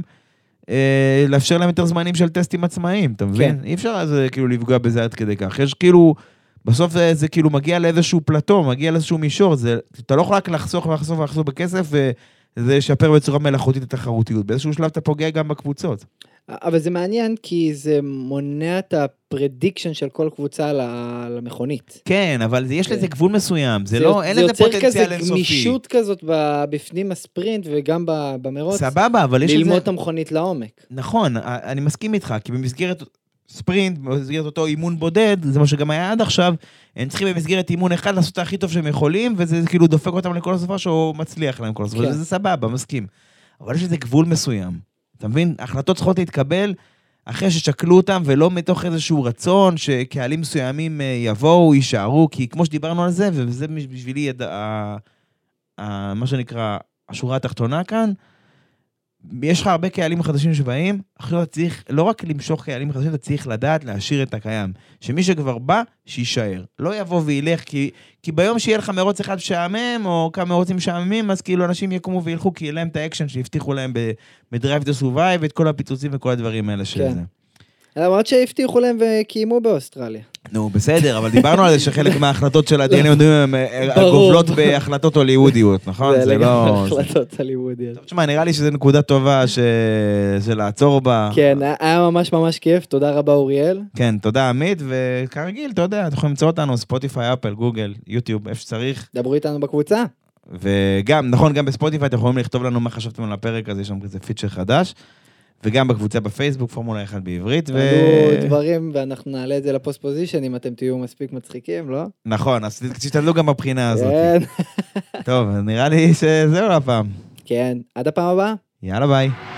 אה, לאפשר להם יותר זמנים של טסטים עצמאיים, אתה מבין? כן. אי אפשר אז כאילו לפגוע בזה עד כדי כך. יש כאילו, בסוף זה, זה כאילו מגיע לאיזשהו פלטו, מגיע לאיזשהו מישור, זה, אתה לא יכול רק לחסוך ולחסוך ולחסוך בכסף, וזה ישפר בצורה מלאכותית את התחרותיות. באיזשהו שלב אתה פוגע גם בקבוצות. אבל זה מעניין, כי זה מונע את הפרדיקשן של כל קבוצה למכונית. כן, אבל יש לזה גבול מסוים, זה לא, אין לזה פוטנציאל אינסופי. זה יוצר כזה גמישות כזות בפנים הספרינט וגם במרוץ. סבבה, אבל יש לזה... ללמוד את המכונית לעומק. נכון, אני מסכים איתך, כי במסגרת ספרינט, במסגרת אותו אימון בודד, זה מה שגם היה עד עכשיו, הם צריכים במסגרת אימון אחד לעשות את הכי טוב שהם יכולים, וזה כאילו דופק אותם לכל הסופה שהוא מצליח להם כל הסופה, זה סבבה, מסכים. אבל יש לזה גבול מסוים. אתה מבין? החלטות צריכות להתקבל אחרי ששקלו אותם, ולא מתוך איזשהו רצון שקהלים מסוימים יבואו, יישארו, כי כמו שדיברנו על זה, וזה בשבילי מה שנקרא השורה התחתונה כאן, יש לך הרבה קהלים חדשים שבאים, עכשיו אתה צריך לא רק למשוך קהלים חדשים, אתה צריך לדעת להשאיר את הקיים. שמי שכבר בא, שישאר. לא יבוא וילך, כי, כי ביום שיהיה לך מרוץ אחד משעמם, או כמה מרוצים משעממים, אז כאילו אנשים יקומו וילכו, כי יהיה להם את האקשן שהבטיחו להם ב-Drive to Survive, ואת כל הפיצוצים וכל הדברים האלה של זה. למרות שהבטיחו להם וקיימו באוסטרליה. נו, בסדר, אבל דיברנו על זה שחלק מההחלטות של ה-די אן איי הם גובלות בהחלטות הוליוודיות, נכון? זה לגמרי החלטות הוליוודיות. טוב, תשמע, נראה לי שזו נקודה טובה של לעצור בה. כן, היה ממש ממש כיף, תודה רבה אוריאל. כן, תודה עמית, וכרגיל, אתה יודע, אתם יכולים למצוא אותנו, ספוטיפיי, אפל, גוגל, יוטיוב, איפה שצריך. דברו איתנו בקבוצה. וגם, נכון, גם בספוטיפיי אתם יכולים לכתוב לנו מה חשבתם על הפרק הזה, יש שם כזה פיצ'ר חדש. וגם בקבוצה בפייסבוק, פורמולה אחת בעברית. תעלו דברים, ואנחנו נעלה את זה לפוסט פוזישן, אם אתם תהיו מספיק מצחיקים, לא? נכון, אז תשתדלו גם בבחינה הזאת. כן. טוב, נראה לי שזהו הפעם. כן, עד הפעם הבאה. יאללה ביי.